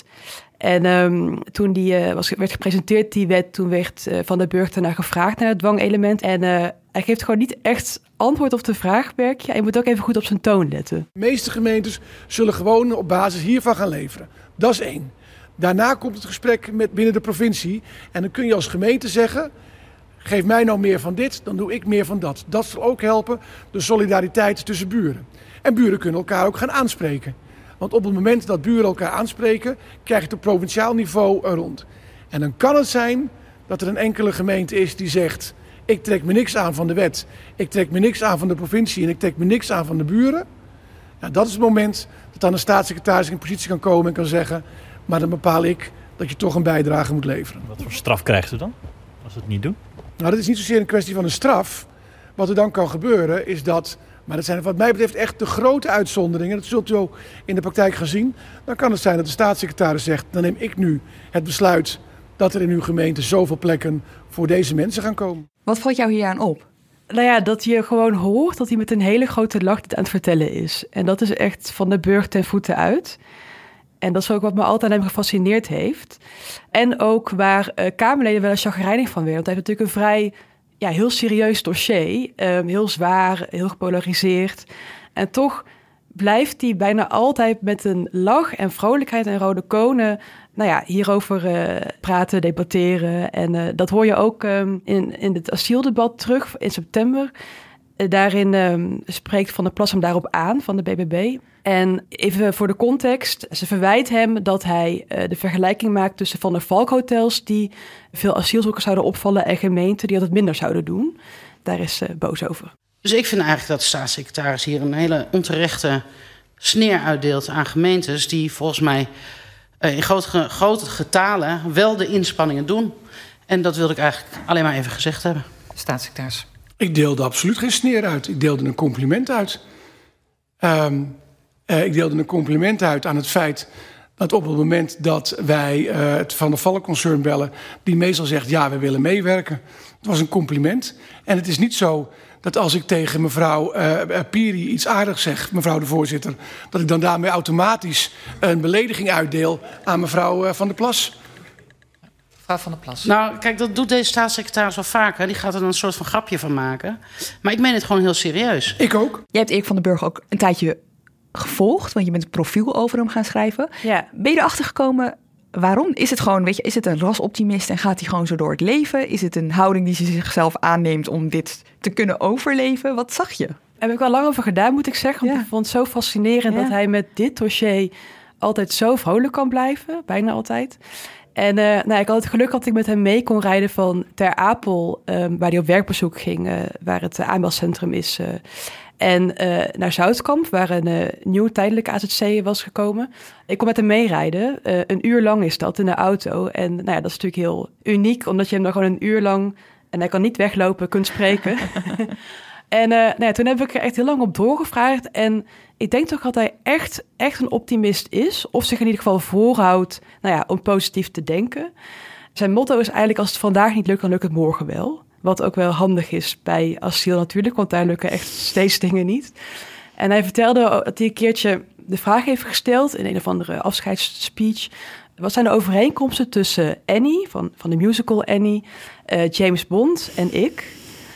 En toen die werd gepresenteerd, die wet, toen werd Van den Burg daarna gevraagd naar het dwangelement. En hij geeft gewoon niet echt antwoord op de vraag, Berkje. En je moet ook even goed op zijn toon letten. De meeste gemeentes zullen gewoon op basis hiervan gaan leveren. Dat is 1. Daarna komt het gesprek binnen de provincie. En dan kun je als gemeente zeggen, geef mij nou meer van dit, dan doe ik meer van dat. Dat zal ook helpen, de solidariteit tussen buren. En buren kunnen elkaar ook gaan aanspreken. Want op het moment dat buren elkaar aanspreken, krijg je het op provinciaal niveau er rond. En dan kan het zijn dat er een enkele gemeente is die zegt, ik trek me niks aan van de wet, ik trek me niks aan van de provincie en ik trek me niks aan van de buren. Nou, dat is het moment dat dan een staatssecretaris in positie kan komen en kan zeggen, maar dan bepaal ik dat je toch een bijdrage moet leveren. Wat voor straf krijgt u dan, als we het niet doen? Nou, dat is niet zozeer een kwestie van een straf. Wat er dan kan gebeuren is dat, maar dat zijn wat mij betreft echt de grote uitzonderingen. Dat zult u ook in de praktijk gaan zien. Dan kan het zijn dat de staatssecretaris zegt, dan neem ik nu het besluit dat er in uw gemeente zoveel plekken voor deze mensen gaan komen. Wat valt jou hier aan op? Nou ja, dat je gewoon hoort dat hij met een hele grote lach dit aan het vertellen is. En dat is echt Van den Burg ten voeten uit. En dat is ook wat me altijd aan hem gefascineerd heeft. En ook waar Kamerleden wel eens chagrijnig van werden. Want hij heeft natuurlijk een vrij heel serieus dossier. Heel zwaar, heel gepolariseerd. En toch blijft hij bijna altijd met een lach en vrolijkheid en rode konen hierover praten, debatteren. En dat hoor je ook in het asieldebat terug in september. Daarin spreekt Van der Plas hem daarop aan, van de BBB. En even voor de context, ze verwijt hem dat hij de vergelijking maakt tussen Van der Valk hotels die veel asielzoekers zouden opvallen en gemeenten die dat minder zouden doen. Daar is ze boos over. Dus ik vind eigenlijk dat de staatssecretaris hier een hele onterechte sneer uitdeelt aan gemeentes die volgens mij in grote getalen wel de inspanningen doen. En dat wilde ik eigenlijk alleen maar even gezegd hebben. Staatssecretaris. Ik deelde absoluut geen sneer uit. Ik deelde een compliment uit. Ik deelde een compliment uit aan het feit dat op het moment dat wij het Van der Valk-concern bellen, die meestal zegt, ja, we willen meewerken. Het was een compliment. En het is niet zo dat als ik tegen mevrouw Piri iets aardigs zeg, mevrouw de voorzitter, dat ik dan daarmee automatisch een belediging uitdeel aan mevrouw Van der Plas. Mevrouw Van der Plas. Nou, kijk, dat doet deze staatssecretaris wel vaker. Die gaat er dan een soort van grapje van maken. Maar ik meen het gewoon heel serieus. Ik ook. Jij hebt Erik van den Burg ook een tijdje gevolgd, want je bent een profiel over hem gaan schrijven. Ja. Ben je erachter gekomen, waarom? Is het gewoon, is het een rasoptimist en gaat hij gewoon zo door het leven? Is het een houding die hij zichzelf aanneemt om dit te kunnen overleven? Wat zag je? Heb ik wel lang over gedaan, moet ik zeggen. Want ik vond het zo fascinerend dat hij met dit dossier altijd zo vrolijk kan blijven. Bijna altijd. En ik had het geluk dat ik met hem mee kon rijden van Ter Apel, waar hij op werkbezoek ging, waar het aanmeldcentrum is. En naar Zoutkamp, waar een nieuw tijdelijk AZC was gekomen. Ik kon met hem meerijden. Een uur lang is dat in de auto. En dat is natuurlijk heel uniek, omdat je hem dan gewoon een uur lang, en hij kan niet weglopen, kunt spreken. En toen heb ik er echt heel lang op doorgevraagd. En ik denk toch dat hij echt een optimist is. Of zich in ieder geval voorhoudt om positief te denken. Zijn motto is eigenlijk, als het vandaag niet lukt, dan lukt het morgen wel. Wat ook wel handig is bij asiel natuurlijk, want daar lukken echt steeds dingen niet. En hij vertelde dat hij een keertje de vraag heeft gesteld in een of andere afscheidsspeech. Wat zijn de overeenkomsten tussen Annie, van de musical Annie, James Bond en ik?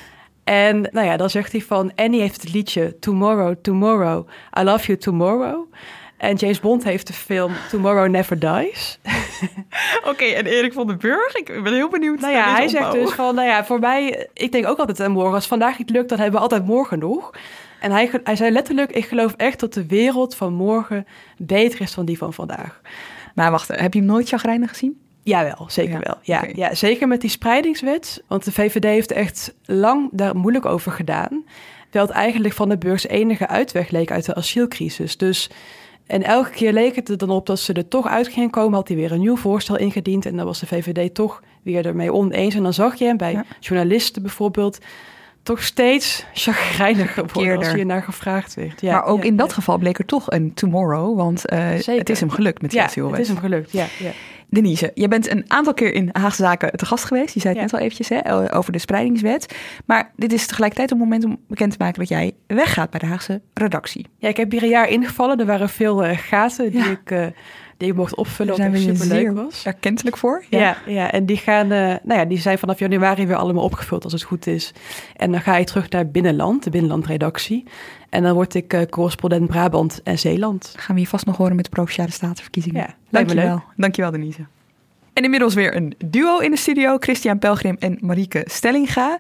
En dan zegt hij van, Annie heeft het liedje Tomorrow, Tomorrow, I Love You Tomorrow. En James Bond heeft de film Tomorrow Never Dies. Oké, en Erik van den Burg? Ik ben heel benieuwd. Hij zegt dus van, voor mij, ik denk ook altijd aan morgen. Als vandaag niet lukt, dan hebben we altijd morgen nog. En hij zei letterlijk, ik geloof echt dat de wereld van morgen beter is dan die van vandaag. Maar wacht, heb je hem nooit chagrijnig gezien? Jawel, zeker wel. Ja, ja, zeker met die spreidingswet. Want de VVD heeft echt lang daar moeilijk over gedaan. Terwijl het eigenlijk Van den Burgs enige uitweg leek uit de asielcrisis. Dus, en elke keer leek het er dan op dat ze er toch uit gingen komen. Had hij weer een nieuw voorstel ingediend. En dan was de VVD toch weer ermee oneens. En dan zag je hem bij journalisten bijvoorbeeld toch steeds chagrijniger worden als je naar gevraagd werd. Ja, maar ook in dat geval bleek er toch een tomorrow, want het is hem gelukt met die asielwet. Het is hem gelukt, ja. Denise, jij bent een aantal keer in Haagse Zaken te gast geweest. Je zei het net al eventjes over de spreidingswet. Maar dit is tegelijkertijd een moment om bekend te maken dat jij weggaat bij de Haagse redactie. Ja, ik heb hier een jaar ingevallen. Er waren veel gaten die ik mocht opvullen, wat echt superleuk was. Erkentelijk voor. Ja, en die gaan, die zijn vanaf januari weer allemaal opgevuld als het goed is. En dan ga je terug naar Binnenland, de Binnenlandredactie. En dan word ik correspondent Brabant en Zeeland. Gaan we hier vast nog horen met de Provinciale Statenverkiezingen. Ja, dankjewel. Dankjewel, Denise. En inmiddels weer een duo in de studio. Christian Pelgrim en Marieke Stellinga.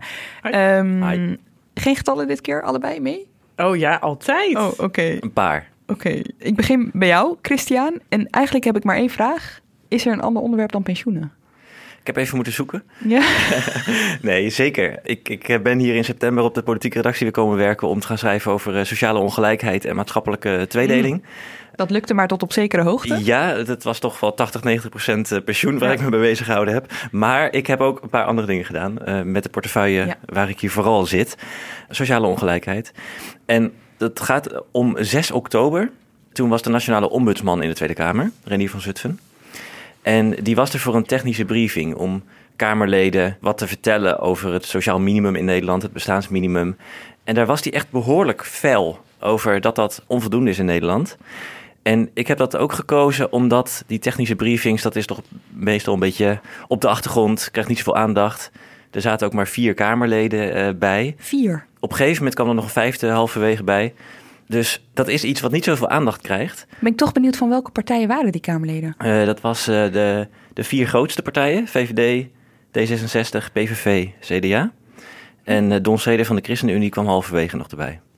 Hi. Geen getallen dit keer, allebei mee? Oh ja, altijd. Oh, oké. Een paar. Oké, ik begin bij jou, Christian. En eigenlijk heb ik maar één vraag. Is er een ander onderwerp dan pensioenen? Ik heb even moeten zoeken. Ja. Nee, zeker. Ik ben hier in september op de politieke redactie weer komen werken om te gaan schrijven over sociale ongelijkheid en maatschappelijke tweedeling. Dat lukte maar tot op zekere hoogte? Ja, dat was toch wel 80-90% pensioen waar ik me mee bezig gehouden heb. Maar ik heb ook een paar andere dingen gedaan met de portefeuille waar ik hier vooral zit. Sociale ongelijkheid. En dat gaat om 6 oktober. Toen was de nationale ombudsman in de Tweede Kamer, Renier van Zutphen. En die was er voor een technische briefing om Kamerleden wat te vertellen over het sociaal minimum in Nederland, het bestaansminimum. En daar was hij echt behoorlijk fel over dat onvoldoende is in Nederland. En ik heb dat ook gekozen omdat die technische briefings, dat is toch meestal een beetje op de achtergrond, krijgt niet zoveel aandacht. Er zaten ook maar 4 Kamerleden bij. 4? Op een gegeven moment kwam er nog een 5e halverwege bij. Dus dat is iets wat niet zoveel aandacht krijgt. Ben ik toch benieuwd van welke partijen waren die Kamerleden? Dat was de 4 grootste partijen. VVD, D66, PVV, CDA. En Don Seder van de ChristenUnie kwam halverwege nog erbij.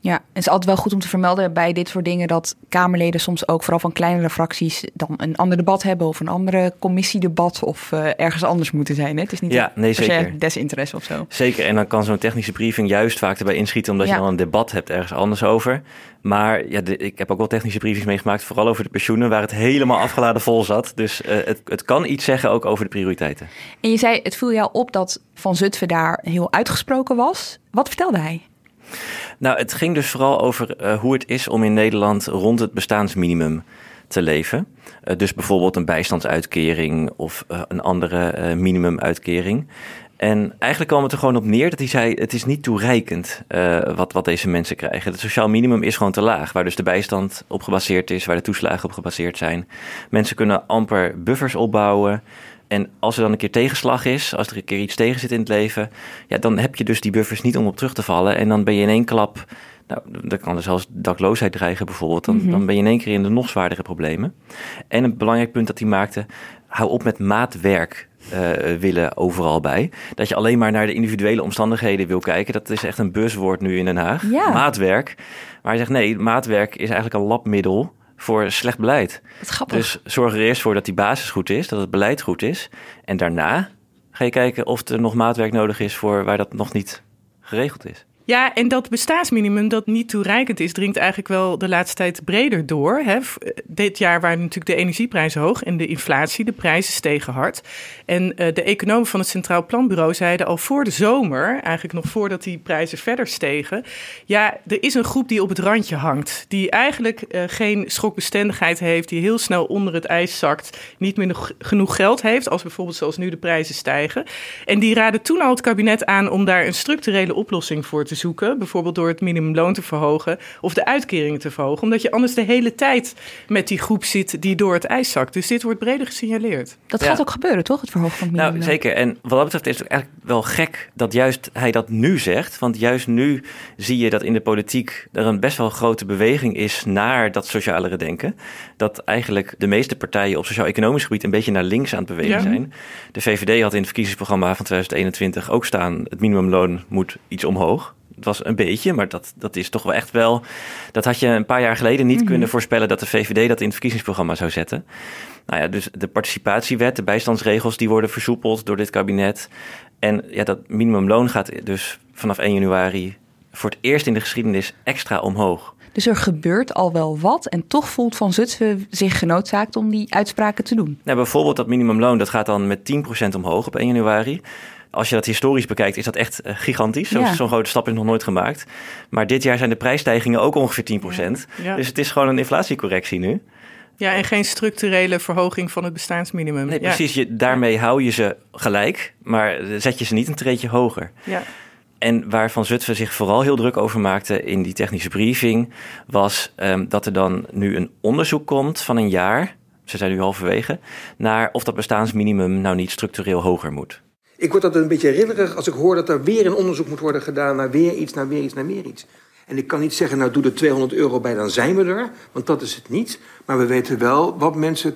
Ja, het is altijd wel goed om te vermelden bij dit soort dingen dat Kamerleden soms ook vooral van kleinere fracties dan een ander debat hebben of een andere commissiedebat of ergens anders moeten zijn. Hè? Het is niet zeker. Desinteresse of zo. Zeker, en dan kan zo'n technische briefing juist vaak erbij inschieten omdat je dan een debat hebt ergens anders over. Maar ik heb ook wel technische briefings meegemaakt, vooral over de pensioenen, waar het helemaal afgeladen vol zat. Dus het kan iets zeggen ook over de prioriteiten. En je zei, het viel jou op dat Van Zutphen daar heel uitgesproken was. Wat vertelde hij? Nou, het ging dus vooral over hoe het is om in Nederland rond het bestaansminimum te leven. Dus bijvoorbeeld een bijstandsuitkering of een andere minimumuitkering. En eigenlijk kwam het er gewoon op neer dat hij zei, het is niet toereikend wat deze mensen krijgen. Het sociaal minimum is gewoon te laag, waar dus de bijstand op gebaseerd is, waar de toeslagen op gebaseerd zijn. Mensen kunnen amper buffers opbouwen. En als er dan een keer tegenslag is, als er een keer iets tegen zit in het leven, ja, dan heb je dus die buffers niet om op terug te vallen. En dan ben je in één klap, nou, dan kan er zelfs dakloosheid dreigen bijvoorbeeld. Dan ben je in één keer in de nog zwaardere problemen. En een belangrijk punt dat hij maakte, hou op met maatwerk willen overal bij. Dat je alleen maar naar de individuele omstandigheden wil kijken. Dat is echt een buzzwoord nu in Den Haag. Ja. Maatwerk. Maar hij zegt nee, maatwerk is eigenlijk een labmiddel voor slecht beleid. Wat grappig. Dus zorg er eerst voor dat die basis goed is, dat het beleid goed is. En daarna ga je kijken of er nog maatwerk nodig is voor waar dat nog niet geregeld is. Ja, en dat bestaansminimum dat niet toereikend is, dringt eigenlijk wel de laatste tijd breder door. Hè. Dit jaar waren natuurlijk de energieprijzen hoog en de inflatie, de prijzen stegen hard. En de economen van het Centraal Planbureau zeiden al voor de zomer, eigenlijk nog voordat die prijzen verder stegen, ja, er is een groep die op het randje hangt, die eigenlijk geen schokbestendigheid heeft, die heel snel onder het ijs zakt, niet meer genoeg geld heeft, als bijvoorbeeld zoals nu de prijzen stijgen. En die raadden toen al het kabinet aan om daar een structurele oplossing voor te zoeken. Bijvoorbeeld door het minimumloon te verhogen of de uitkeringen te verhogen. Omdat je anders de hele tijd met die groep zit die door het ijs zakt. Dus dit wordt breder gesignaleerd. Dat gaat ook gebeuren, toch? Het verhogen van het minimumloon. Nou, zeker. En wat dat betreft is het eigenlijk wel gek dat juist hij dat nu zegt. Want juist nu zie je dat in de politiek er een best wel grote beweging is naar dat socialere denken. Dat eigenlijk de meeste partijen op sociaal-economisch gebied een beetje naar links aan het bewegen zijn. De VVD had in het verkiezingsprogramma van 2021 ook staan, het minimumloon moet iets omhoog. Het was een beetje, maar dat is toch wel echt wel. Dat had je een paar jaar geleden niet kunnen voorspellen dat de VVD dat in het verkiezingsprogramma zou zetten. Nou ja, dus de participatiewet, de bijstandsregels, die worden versoepeld door dit kabinet. En ja, dat minimumloon gaat dus vanaf 1 januari voor het eerst in de geschiedenis extra omhoog. Dus er gebeurt al wel wat en toch voelt Van Zutphen zich genoodzaakt om die uitspraken te doen. Nou, bijvoorbeeld dat minimumloon, dat gaat dan met 10% omhoog op 1 januari. Als je dat historisch bekijkt, is dat echt gigantisch. Zo'n grote stap is nog nooit gemaakt. Maar dit jaar zijn de prijsstijgingen ook ongeveer 10%. Ja. Dus het is gewoon een inflatiecorrectie nu. Ja, en geen structurele verhoging van het bestaansminimum. Nee, precies. Daarmee hou je ze gelijk, maar zet je ze niet een treedje hoger. Ja. En waar Van Zutphen zich vooral heel druk over maakte in die technische briefing, was dat er dan nu een onderzoek komt van een jaar, ze zijn nu halverwege, naar of dat bestaansminimum nou niet structureel hoger moet. Ik word altijd een beetje rillerig als ik hoor dat er weer een onderzoek moet worden gedaan naar weer iets, naar weer iets, naar meer iets. En ik kan niet zeggen, nou doe er €200 bij, dan zijn we er. Want dat is het niet. Maar we weten wel wat mensen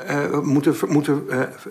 moeten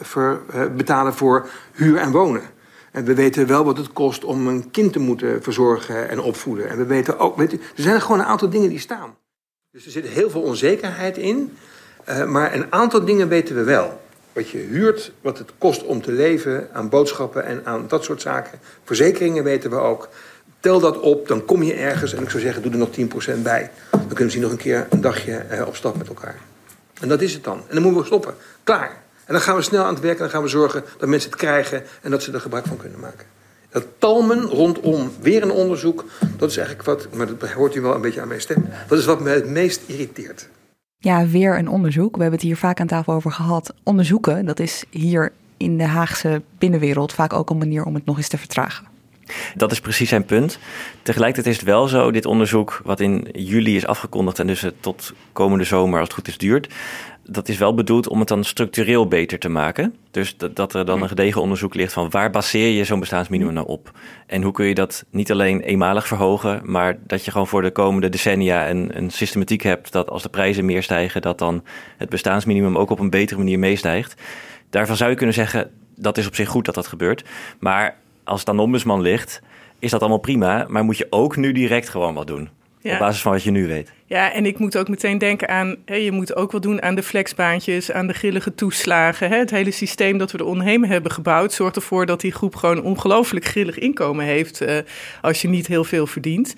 betalen voor huur en wonen. En we weten wel wat het kost om een kind te moeten verzorgen en opvoeden. En we weten ook, er zijn gewoon een aantal dingen die staan. Dus er zit heel veel onzekerheid in. Maar een aantal dingen weten we wel. Wat je huurt, wat het kost om te leven, aan boodschappen en aan dat soort zaken. Verzekeringen weten we ook. Tel dat op, dan kom je ergens. En ik zou zeggen, doe er nog 10% bij. Dan kunnen we misschien nog een keer een dagje op stap met elkaar. En dat is het dan. En dan moeten we stoppen. Klaar. En dan gaan we snel aan het werk en dan gaan we zorgen dat mensen het krijgen en dat ze er gebruik van kunnen maken. Dat talmen rondom weer een onderzoek, dat is eigenlijk wat, maar dat hoort u wel een beetje aan mijn stem, dat is wat me het meest irriteert. Ja, weer een onderzoek. We hebben het hier vaak aan tafel over gehad. Onderzoeken, dat is hier in de Haagse binnenwereld vaak ook een manier om het nog eens te vertragen. Dat is precies zijn punt. Tegelijkertijd is het wel zo, dit onderzoek wat in juli is afgekondigd en dus tot komende zomer als het goed is duurt, dat is wel bedoeld om het dan structureel beter te maken. Dus dat er dan een gedegen onderzoek ligt van waar baseer je zo'n bestaansminimum nou op? En hoe kun je dat niet alleen eenmalig verhogen, maar dat je gewoon voor de komende decennia een systematiek hebt dat als de prijzen meer stijgen, dat dan het bestaansminimum ook op een betere manier meestijgt. Daarvan zou je kunnen zeggen, dat is op zich goed dat dat gebeurt. Maar als het aan de ombudsman ligt, is dat allemaal prima, maar moet je ook nu direct gewoon wat doen. Ja. Op basis van wat je nu weet. Ja, en ik moet ook meteen denken aan... je moet ook wel doen aan de flexbaantjes, aan de grillige toeslagen. Het hele systeem dat we er omheen hebben gebouwd... zorgt ervoor dat die groep gewoon ongelooflijk grillig inkomen heeft... als je niet heel veel verdient.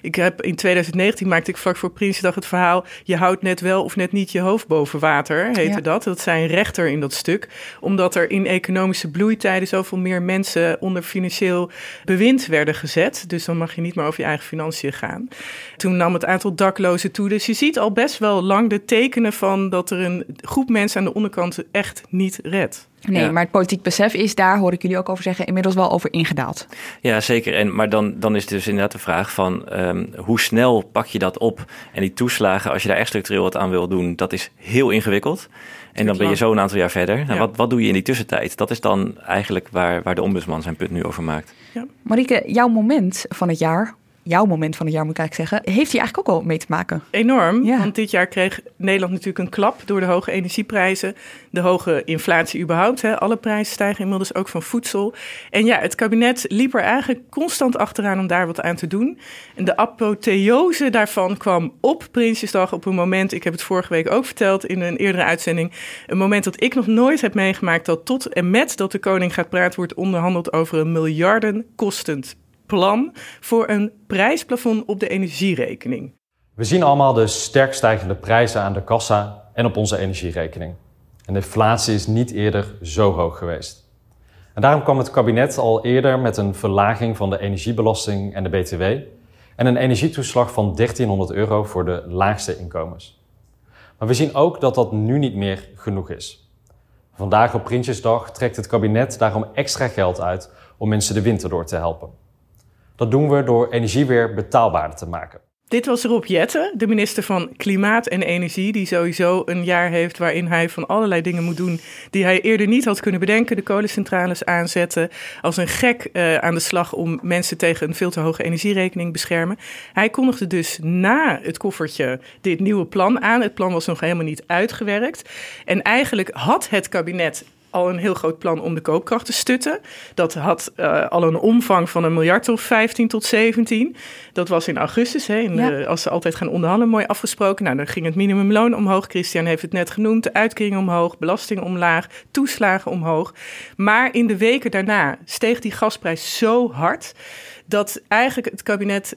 In 2019 maakte ik vlak voor Prinsjesdag het verhaal... je houdt net wel of net niet je hoofd boven water, heette dat. Dat zei een rechter in dat stuk. Omdat er in economische bloeitijden... zoveel meer mensen onder financieel bewind werden gezet. Dus dan mag je niet meer over je eigen financiën gaan. Toen nam het aantal daklozen toe. Dus je ziet al best wel lang de tekenen van dat er een groep mensen aan de onderkant echt niet redt. Nee, maar het politiek besef is, daar hoor ik jullie ook over zeggen, inmiddels wel over ingedaald. Ja, zeker. Maar dan is dus inderdaad de vraag van hoe snel pak je dat op? En die toeslagen, als je daar echt structureel wat aan wil doen, dat is heel ingewikkeld. En dan ben je zo een aantal jaar verder. Nou, wat doe je in die tussentijd? Dat is dan eigenlijk waar de ombudsman zijn punt nu over maakt. Ja. Marieke, jouw moment van het jaar moet ik eigenlijk zeggen, heeft hier eigenlijk ook al mee te maken? Enorm, want dit jaar kreeg Nederland natuurlijk een klap door de hoge energieprijzen, de hoge inflatie überhaupt. Alle prijzen stijgen inmiddels ook van voedsel. En ja, het kabinet liep er eigenlijk constant achteraan om daar wat aan te doen. En de apotheose daarvan kwam op Prinsjesdag op een moment, ik heb het vorige week ook verteld in een eerdere uitzending, een moment dat ik nog nooit heb meegemaakt dat tot en met dat de koning gaat praten wordt onderhandeld over een miljardenkostend plan voor een prijsplafond op de energierekening. We zien allemaal de sterk stijgende prijzen aan de kassa en op onze energierekening. En de inflatie is niet eerder zo hoog geweest. En daarom kwam het kabinet al eerder met een verlaging van de energiebelasting en de BTW en een energietoeslag van €1300 voor de laagste inkomens. Maar we zien ook dat dat nu niet meer genoeg is. Vandaag op Prinsjesdag trekt het kabinet daarom extra geld uit om mensen de winter door te helpen. Dat doen we door energie weer betaalbaarder te maken. Dit was Rob Jetten, de minister van Klimaat en Energie, die sowieso een jaar heeft waarin hij van allerlei dingen moet doen die hij eerder niet had kunnen bedenken. De kolencentrales aanzetten, als een gek aan de slag om mensen tegen een veel te hoge energierekening beschermen. Hij kondigde dus na het koffertje dit nieuwe plan aan. Het plan was nog helemaal niet uitgewerkt. En eigenlijk had het kabinet al een heel groot plan om de koopkracht te stutten. Dat had al een omvang van een miljard of 15 tot 17. Dat was in augustus, als ze altijd gaan onderhandelen, mooi afgesproken. Nou, dan ging het minimumloon omhoog. Christian heeft het net genoemd. De uitkering omhoog, belasting omlaag, toeslagen omhoog. Maar in de weken daarna steeg die gasprijs zo hard dat eigenlijk het kabinet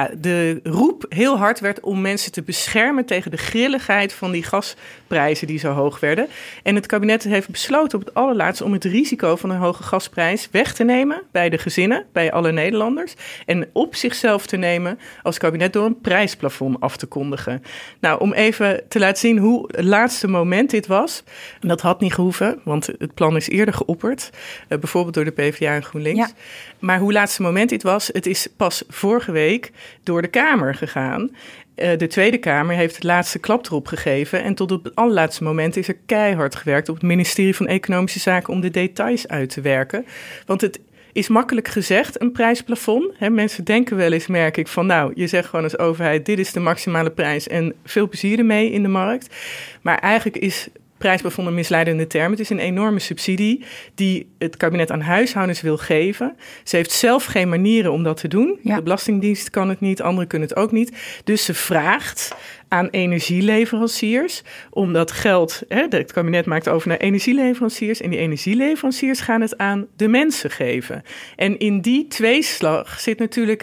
de roep heel hard werd om mensen te beschermen tegen de grilligheid van die gasprijzen die zo hoog werden. En het kabinet heeft besloten op het allerlaatste om het risico van een hoge gasprijs weg te nemen bij de gezinnen, bij alle Nederlanders. En op zichzelf te nemen als kabinet door een prijsplafond af te kondigen. Nou, om even te laten zien hoe het laatste moment dit was. En dat had niet gehoeven, want het plan is eerder geopperd. Bijvoorbeeld door de PvdA en GroenLinks. Ja. Maar hoe laatste moment dit was, het is pas vorige week door de Kamer gegaan. De Tweede Kamer heeft het laatste klap erop gegeven. En tot op het allerlaatste moment is er keihard gewerkt op het ministerie van Economische Zaken om de details uit te werken. Want het is makkelijk gezegd, een prijsplafond. Mensen denken wel eens, merk ik, van nou, je zegt gewoon als overheid, dit is de maximale prijs en veel plezier ermee in de markt. Maar eigenlijk is prijsplafond een misleidende term. Het is een enorme subsidie die het kabinet aan huishoudens wil geven. Ze heeft zelf geen manieren om dat te doen. Ja. De Belastingdienst kan het niet, anderen kunnen het ook niet. Dus ze vraagt aan energieleveranciers om dat geld, het kabinet maakt over naar energieleveranciers en die energieleveranciers gaan het aan de mensen geven. En in die tweeslag zit natuurlijk,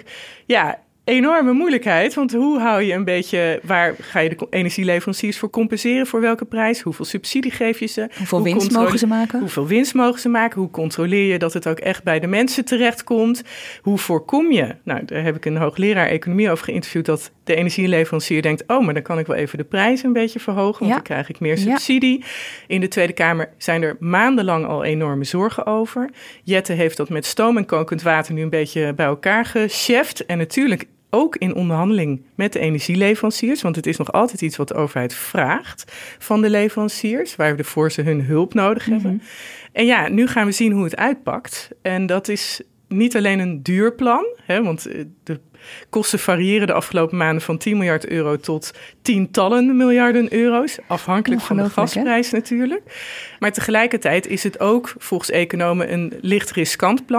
enorme moeilijkheid, want hoe hou je een beetje, waar ga je de energieleveranciers voor compenseren, voor welke prijs, hoeveel subsidie geef je ze? Hoeveel winst mogen ze maken? Hoeveel winst mogen ze maken? Hoe controleer je dat het ook echt bij de mensen terechtkomt? Hoe voorkom je, nou daar heb ik een hoogleraar economie over geïnterviewd, dat de energieleverancier denkt, maar dan kan ik wel even de prijs een beetje verhogen, want dan krijg ik meer subsidie. Ja. In de Tweede Kamer zijn er maandenlang al enorme zorgen over. Jette heeft dat met stoom en kokend water nu een beetje bij elkaar gecheft en natuurlijk ook in onderhandeling met de energieleveranciers, want het is nog altijd iets wat de overheid vraagt van de leveranciers, waarvoor ze hun hulp nodig hebben. En nu gaan we zien hoe het uitpakt. En dat is niet alleen een duur plan, want de kosten variëren de afgelopen maanden van 10 miljard euro tot tientallen miljarden euro's, afhankelijk van de gasprijs natuurlijk. Maar tegelijkertijd is het ook volgens economen een licht riskant plan,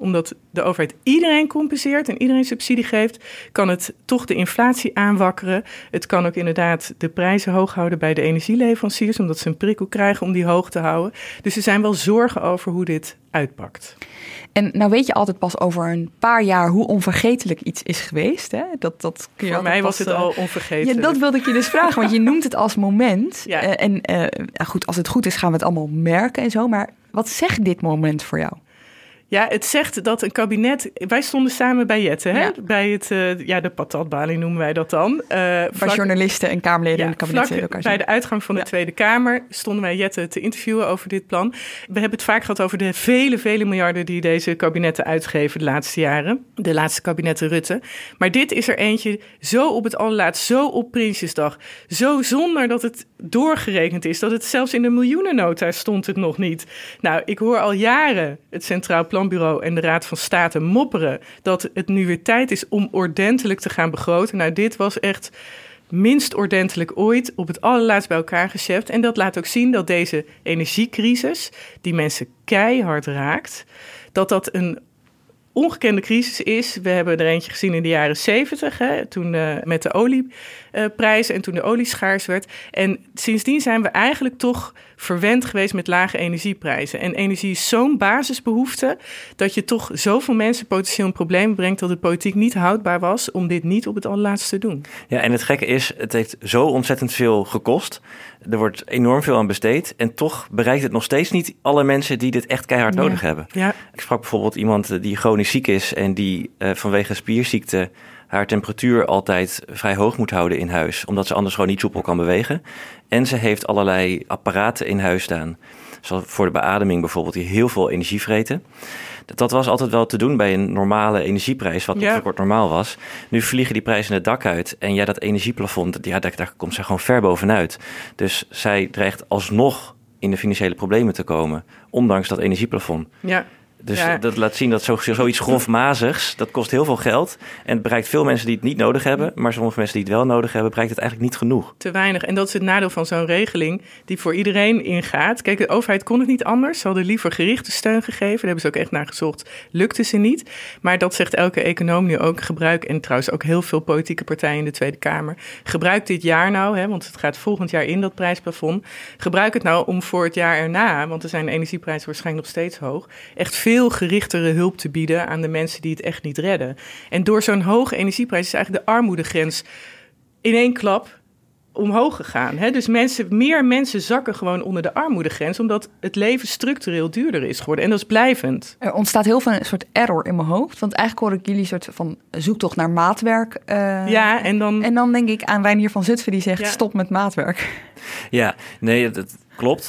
omdat de overheid iedereen compenseert en iedereen subsidie geeft, kan het toch de inflatie aanwakkeren. Het kan ook inderdaad de prijzen hoog houden bij de energieleveranciers, omdat ze een prikkel krijgen om die hoog te houden. Dus er zijn wel zorgen over hoe dit uitpakt. En nou weet je altijd pas over een paar jaar hoe onvergetelijk iets is geweest. Hè? Dat kun je Voor mij was pas, het al onvergetelijk. Ja, dat wilde ik je dus vragen, want je noemt het als moment. Ja. Goed, als het goed is gaan we het allemaal merken en zo. Maar wat zegt dit moment voor jou? Ja, het zegt dat een kabinet... Wij stonden samen bij Jette, hè? Ja. Bij het, de patatbalie noemen wij dat dan. Bij journalisten en Kamerleden in het kabinet. Vlak bij de uitgang van de Tweede Kamer stonden wij Jette te interviewen over dit plan. We hebben het vaak gehad over de vele miljarden die deze kabinetten uitgeven de laatste jaren. De laatste kabinetten Rutte. Maar dit is er eentje zo op het allerlaatst, zo op Prinsjesdag. Zo zonder dat het doorgerekend is. Dat het zelfs in de miljoenennota stond het nog niet. Nou, ik hoor al jaren het Centraal Planbureau en de Raad van State mopperen dat het nu weer tijd is om ordentelijk te gaan begroten. Nou, dit was echt minst ordentelijk ooit op het allerlaatst bij elkaar geschept. En dat laat ook zien dat deze energiecrisis, die mensen keihard raakt, dat een ongekende crisis is. We hebben er eentje gezien in de jaren 70, toen met de olieprijzen en toen de olie schaars werd. En sindsdien zijn we eigenlijk toch verwend geweest met lage energieprijzen. En energie is zo'n basisbehoefte dat je toch zoveel mensen potentieel een probleem brengt dat de politiek niet houdbaar was om dit niet op het allerlaatste te doen. Ja, en het gekke is, het heeft zo ontzettend veel gekost. Er wordt enorm veel aan besteed en toch bereikt het nog steeds niet alle mensen die dit echt keihard nodig hebben. Ja. Ik sprak bijvoorbeeld iemand die chronisch ziek is en die vanwege spierziekte haar temperatuur altijd vrij hoog moet houden in huis, omdat ze anders gewoon niet soepel kan bewegen. En ze heeft allerlei apparaten in huis staan, zoals voor de beademing bijvoorbeeld, die heel veel energie vreten. Dat was altijd wel te doen bij een normale energieprijs, wat kort normaal was. Nu vliegen die prijzen het dak uit. En ja, dat energieplafond, daar komt zij gewoon ver bovenuit. Dus zij dreigt alsnog in de financiële problemen te komen, ondanks dat energieplafond. Ja. Dus dat laat zien dat zoiets grofmazigs, dat kost heel veel geld. En het bereikt veel mensen die het niet nodig hebben. Maar sommige mensen die het wel nodig hebben, bereikt het eigenlijk niet genoeg. Te weinig. En dat is het nadeel van zo'n regeling die voor iedereen ingaat. Kijk, de overheid kon het niet anders. Ze hadden liever gerichte steun gegeven. Daar hebben ze ook echt naar gezocht. Lukte ze niet. Maar dat zegt elke econoom nu ook. Gebruik, en trouwens ook heel veel politieke partijen in de Tweede Kamer. Gebruik dit jaar nou, want het gaat volgend jaar in dat prijsplafond. Gebruik het nou om voor het jaar erna, want er zijn de energieprijzen waarschijnlijk nog steeds hoog, echt veel gerichtere hulp te bieden aan de mensen die het echt niet redden. En door zo'n hoge energieprijs is eigenlijk de armoedegrens in één klap omhoog gegaan. Hè? Dus meer mensen zakken gewoon onder de armoedegrens, omdat het leven structureel duurder is geworden. En dat is blijvend. Er ontstaat heel veel een soort error in mijn hoofd. Want eigenlijk hoor ik jullie soort van zoektocht naar maatwerk. Ja, en dan denk ik aan Reinier van Zutphen die zegt stop met maatwerk. Ja, nee, dat klopt.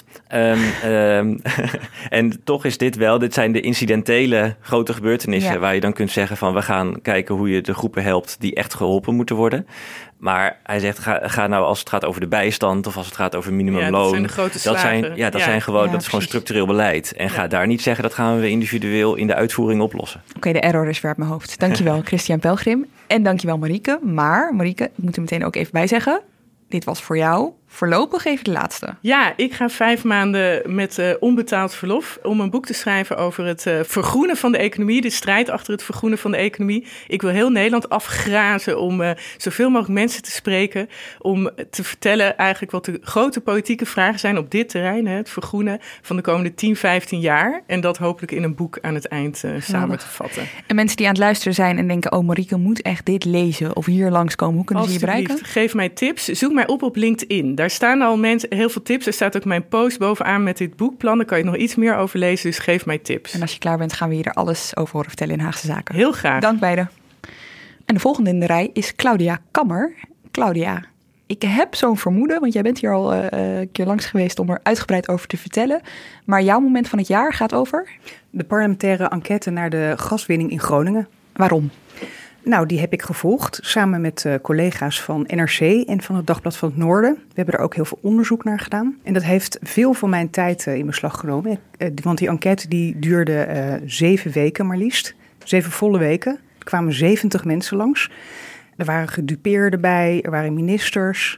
En toch is dit zijn de incidentele grote gebeurtenissen waar je dan kunt zeggen van we gaan kijken hoe je de groepen helpt die echt geholpen moeten worden. Maar hij zegt, ga nou als het gaat over de bijstand of als het gaat over minimumloon. Dat zijn de grote slagen. Dat is gewoon structureel beleid. En ga daar niet zeggen, dat gaan we individueel in de uitvoering oplossen. Oké, de error is weer uit mijn hoofd. Dankjewel, Christian Pelgrim. En dankjewel, Marieke. Maar, Marieke, ik moet er meteen ook even bij zeggen, dit was voor jou voorlopig even de laatste. Ja, ik ga 5 maanden met onbetaald verlof om een boek te schrijven over het vergroenen van de economie. De strijd achter het vergroenen van de economie. Ik wil heel Nederland afgrazen om zoveel mogelijk mensen te spreken. Om te vertellen eigenlijk wat de grote politieke vragen zijn op dit terrein. Het vergroenen van de komende 10, 15 jaar. En dat hopelijk in een boek aan het eind samen te vatten. En mensen die aan het luisteren zijn en denken, oh, Marieke moet echt dit lezen of hier langskomen. Hoe kunnen ze je bereiken? Geef mij tips. Zoek mij op LinkedIn. Daar staan al heel veel tips. Er staat ook mijn post bovenaan met dit boekplan. Daar kan je nog iets meer over lezen, dus geef mij tips. En als je klaar bent, gaan we hier alles over horen vertellen in Haagse Zaken. Heel graag. Dank beiden. En de volgende in de rij is Claudia Kammer. Claudia, ik heb zo'n vermoeden, want jij bent hier al een keer langs geweest om er uitgebreid over te vertellen. Maar jouw moment van het jaar gaat over? De parlementaire enquête naar de gaswinning in Groningen. Waarom? Nou, die heb ik gevolgd samen met collega's van NRC en van het Dagblad van het Noorden. We hebben er ook heel veel onderzoek naar gedaan. En dat heeft veel van mijn tijd in beslag genomen. Want die enquête die duurde 7 weken maar liefst. 7 volle weken. Er kwamen 70 mensen langs. Er waren gedupeerden bij, er waren ministers,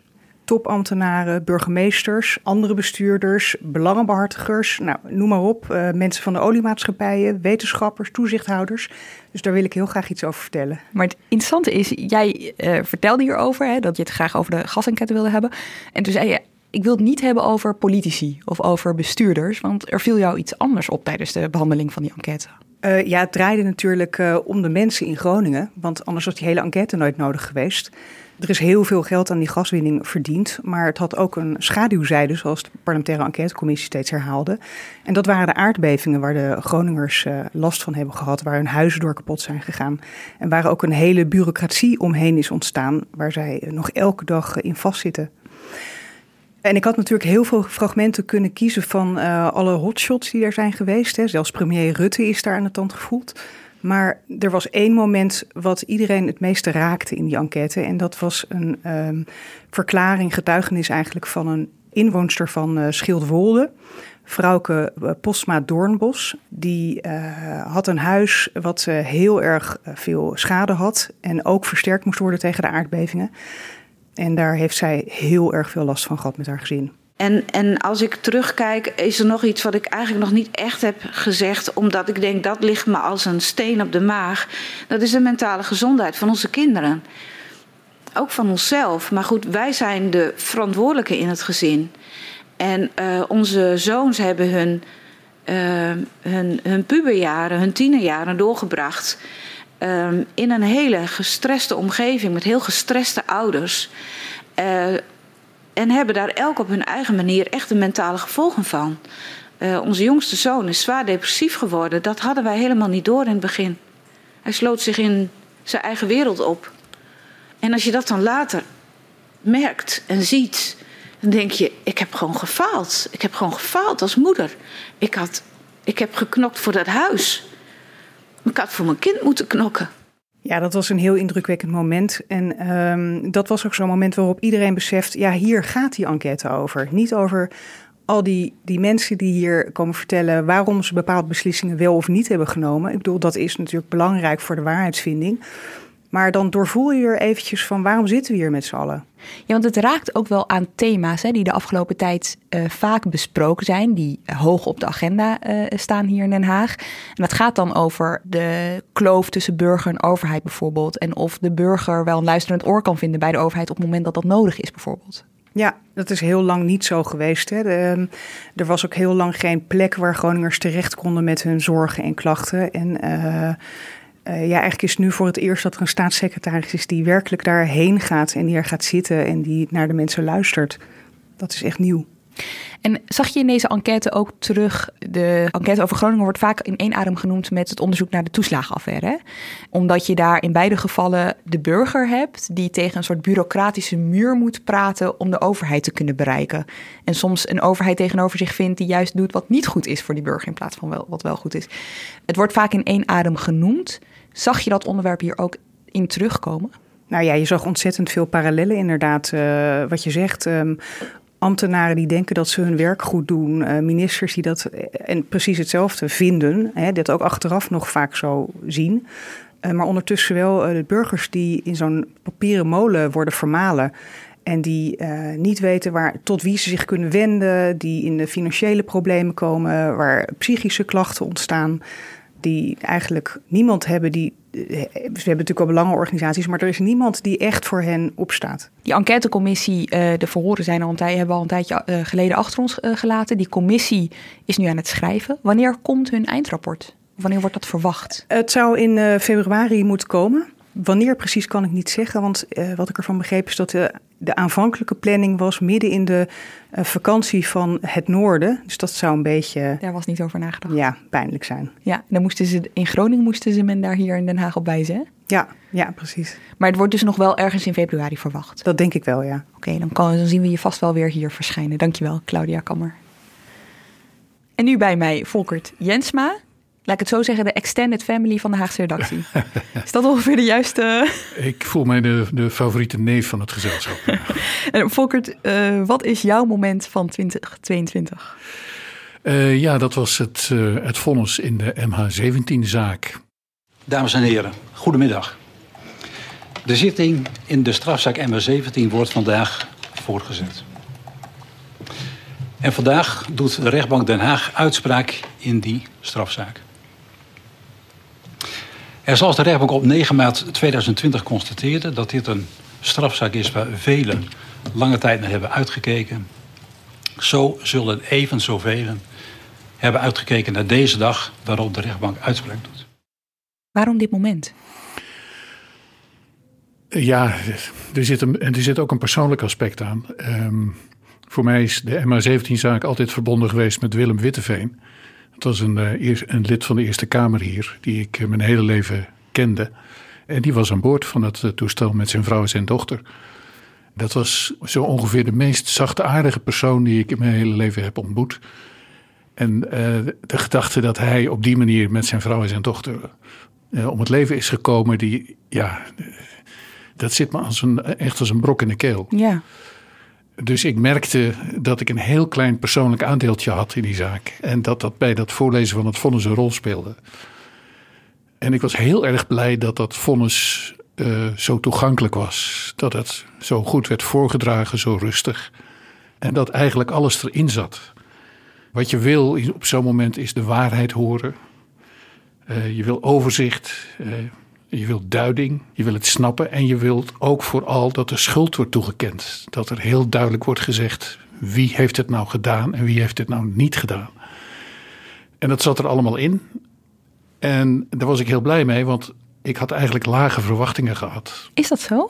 topambtenaren, burgemeesters, andere bestuurders, belangenbehartigers, nou, noem maar op. Mensen van de oliemaatschappijen, wetenschappers, toezichthouders. Dus daar wil ik heel graag iets over vertellen. Maar het interessante is, jij vertelde hierover dat je het graag over de gasenquête wilde hebben. En toen zei je, ik wil het niet hebben over politici of over bestuurders, want er viel jou iets anders op tijdens de behandeling van die enquête. Ja, het draaide natuurlijk om de mensen in Groningen, want anders was die hele enquête nooit nodig geweest. Er is heel veel geld aan die gaswinning verdiend, maar het had ook een schaduwzijde, zoals de parlementaire enquêtecommissie steeds herhaalde. En dat waren de aardbevingen waar de Groningers last van hebben gehad, waar hun huizen door kapot zijn gegaan. En waar ook een hele bureaucratie omheen is ontstaan, waar zij nog elke dag in vastzitten. En ik had natuurlijk heel veel fragmenten kunnen kiezen van alle hotshots die er zijn geweest. Hè. Zelfs premier Rutte is daar aan de tand gevoeld. Maar er was één moment wat iedereen het meeste raakte in die enquête. En dat was een verklaring, getuigenis eigenlijk van een inwoonster van Schildwolde. Vrouwke Postma Doornbos. Die had een huis wat heel erg veel schade had. En ook versterkt moest worden tegen de aardbevingen. En daar heeft zij heel erg veel last van gehad met haar gezin. En als ik terugkijk, is er nog iets wat ik eigenlijk nog niet echt heb gezegd, omdat ik denk dat ligt me als een steen op de maag. Dat is de mentale gezondheid van onze kinderen. Ook van onszelf. Maar goed, wij zijn de verantwoordelijke in het gezin. En onze zoons hebben hun puberjaren, hun tienerjaren doorgebracht in een hele gestreste omgeving met heel gestreste ouders. En hebben daar elk op hun eigen manier echt de mentale gevolgen van. Onze jongste zoon is zwaar depressief geworden. Dat hadden wij helemaal niet door in het begin. Hij sloot zich in zijn eigen wereld op. En als je dat dan later merkt en ziet, dan denk je, ik heb gewoon gefaald. Ik heb gewoon gefaald als moeder. Ik heb geknokt voor dat huis. Ik had voor mijn kind moeten knokken. Ja, dat was een heel indrukwekkend moment. En dat was ook zo'n moment waarop iedereen beseft, ja, hier gaat die enquête over. Niet over al die mensen die hier komen vertellen waarom ze bepaalde beslissingen wel of niet hebben genomen. Ik bedoel, dat is natuurlijk belangrijk voor de waarheidsvinding. Maar dan doorvoel je er eventjes van waarom zitten we hier met z'n allen? Ja, want het raakt ook wel aan thema's die de afgelopen tijd vaak besproken zijn. Die hoog op de agenda staan hier in Den Haag. En dat gaat dan over de kloof tussen burger en overheid bijvoorbeeld. En of de burger wel een luisterend oor kan vinden bij de overheid op het moment dat dat nodig is bijvoorbeeld. Ja, dat is heel lang niet zo geweest. Hè. Er was ook heel lang geen plek waar Groningers terecht konden met hun zorgen en klachten. En eigenlijk is het nu voor het eerst dat er een staatssecretaris is die werkelijk daarheen gaat en die er gaat zitten en die naar de mensen luistert. Dat is echt nieuw. En zag je in deze enquête ook terug, de enquête over Groningen wordt vaak in één adem genoemd met het onderzoek naar de toeslagenaffaire. Hè? Omdat je daar in beide gevallen de burger hebt die tegen een soort bureaucratische muur moet praten om de overheid te kunnen bereiken. En soms een overheid tegenover zich vindt die juist doet wat niet goed is voor die burger in plaats van wat wel goed is. Het wordt vaak in één adem genoemd. Zag je dat onderwerp hier ook in terugkomen? Nou ja, je zag ontzettend veel parallellen inderdaad. Wat je zegt, ambtenaren die denken dat ze hun werk goed doen. Ministers die dat en precies hetzelfde vinden. Dat ook achteraf nog vaak zo zien. Maar ondertussen wel de burgers die in zo'n papieren molen worden vermalen. En die niet weten tot wie ze zich kunnen wenden. Die in de financiële problemen komen. Waar psychische klachten ontstaan. Die eigenlijk niemand hebben we hebben natuurlijk wel belangenorganisaties, maar er is niemand die echt voor hen opstaat. Die enquêtecommissie, de verhoren hebben we al een tijdje geleden achter ons gelaten. Die commissie is nu aan het schrijven. Wanneer komt hun eindrapport? Wanneer wordt dat verwacht? Het zou in februari moeten komen. Wanneer precies kan ik niet zeggen, want wat ik ervan begreep is dat de aanvankelijke planning was midden in de vakantie van het noorden. Dus dat zou een beetje... Daar was niet over nagedacht. Ja, pijnlijk zijn. Ja, dan in Groningen moesten ze men daar hier in Den Haag op wijzen, hè? Ja, precies. Maar het wordt dus nog wel ergens in februari verwacht? Dat denk ik wel, ja. Oké, dan zien we je vast wel weer hier verschijnen. Dankjewel, Claudia Kammer. En nu bij mij Volkert Jensma. Laat ik het zo zeggen, de extended family van de Haagse redactie. Is dat ongeveer de juiste... Ik voel mij de favoriete neef van het gezelschap. En Volkert, wat is jouw moment van 2022? Dat was het vonnis in de MH17-zaak. Dames en heren, goedemiddag. De zitting in de strafzaak MH17 wordt vandaag voortgezet. En vandaag doet de rechtbank Den Haag uitspraak in die strafzaak. En zoals de rechtbank op 9 maart 2020 constateerde dat dit een strafzaak is waar velen lange tijd naar hebben uitgekeken, zo zullen even zoveel hebben uitgekeken naar deze dag waarop de rechtbank uitspraak doet. Waarom dit moment? Ja, er zit ook een persoonlijk aspect aan. Voor mij is de MH17-zaak altijd verbonden geweest met Willem Witteveen. Het was een lid van de Eerste Kamer hier, die ik mijn hele leven kende. En die was aan boord van het toestel met zijn vrouw en zijn dochter. Dat was zo ongeveer de meest zachtaardige persoon die ik in mijn hele leven heb ontmoet. En de gedachte dat hij op die manier met zijn vrouw en zijn dochter om het leven is gekomen, dat zit me echt als een brok in de keel. Ja. Dus ik merkte dat ik een heel klein persoonlijk aandeeltje had in die zaak. En dat bij dat voorlezen van het vonnis een rol speelde. En ik was heel erg blij dat dat vonnis zo toegankelijk was. Dat het zo goed werd voorgedragen, zo rustig. En dat eigenlijk alles erin zat. Wat je wil op zo'n moment is de waarheid horen. Je wil overzicht. Je wilt duiding, je wil het snappen en je wilt ook vooral dat de schuld wordt toegekend. Dat er heel duidelijk wordt gezegd wie heeft het nou gedaan en wie heeft het nou niet gedaan. En dat zat er allemaal in. En daar was ik heel blij mee, want ik had eigenlijk lage verwachtingen gehad. Is dat zo?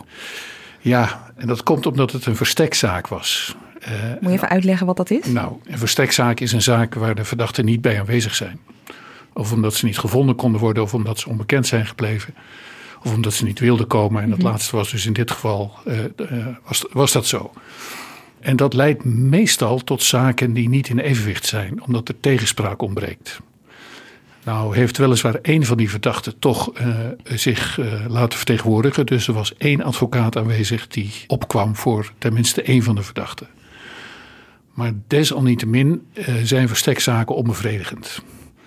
Ja, en dat komt omdat het een verstekzaak was. Moet je even uitleggen wat dat is? Nou, een verstekzaak is een zaak waar de verdachten niet bij aanwezig zijn. Of omdat ze niet gevonden konden worden, of omdat ze onbekend zijn gebleven. Of omdat ze niet wilden komen. En dat laatste was dus in dit geval, was dat zo. En dat leidt meestal tot zaken die niet in evenwicht zijn, omdat er tegenspraak ontbreekt. Nou heeft weliswaar één van die verdachten toch zich laten vertegenwoordigen. Dus er was 1 advocaat aanwezig die opkwam voor tenminste 1 van de verdachten. Maar desalniettemin zijn verstekzaken onbevredigend.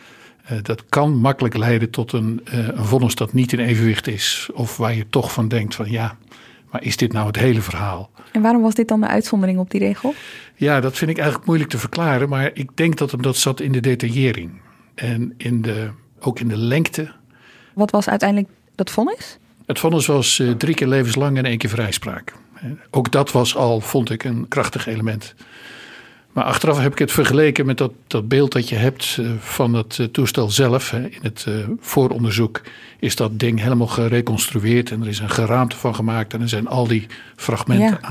Dat kan makkelijk leiden tot een vonnis dat niet in evenwicht is. Of waar je toch van denkt van ja, maar is dit nou het hele verhaal? En waarom was dit dan de uitzondering op die regel? Ja, dat vind ik eigenlijk moeilijk te verklaren. Maar ik denk dat hem dat zat in de detaillering. En ook in de lengte. Wat was uiteindelijk dat vonnis? Het vonnis was 3 keer levenslang en 1 keer vrijspraak. Ook dat was al, vond ik, een krachtig element. Maar achteraf heb ik het vergeleken met dat beeld dat je hebt van het toestel zelf. In het vooronderzoek is dat ding helemaal gereconstrueerd en er is een geraamte van gemaakt. En er zijn al die fragmenten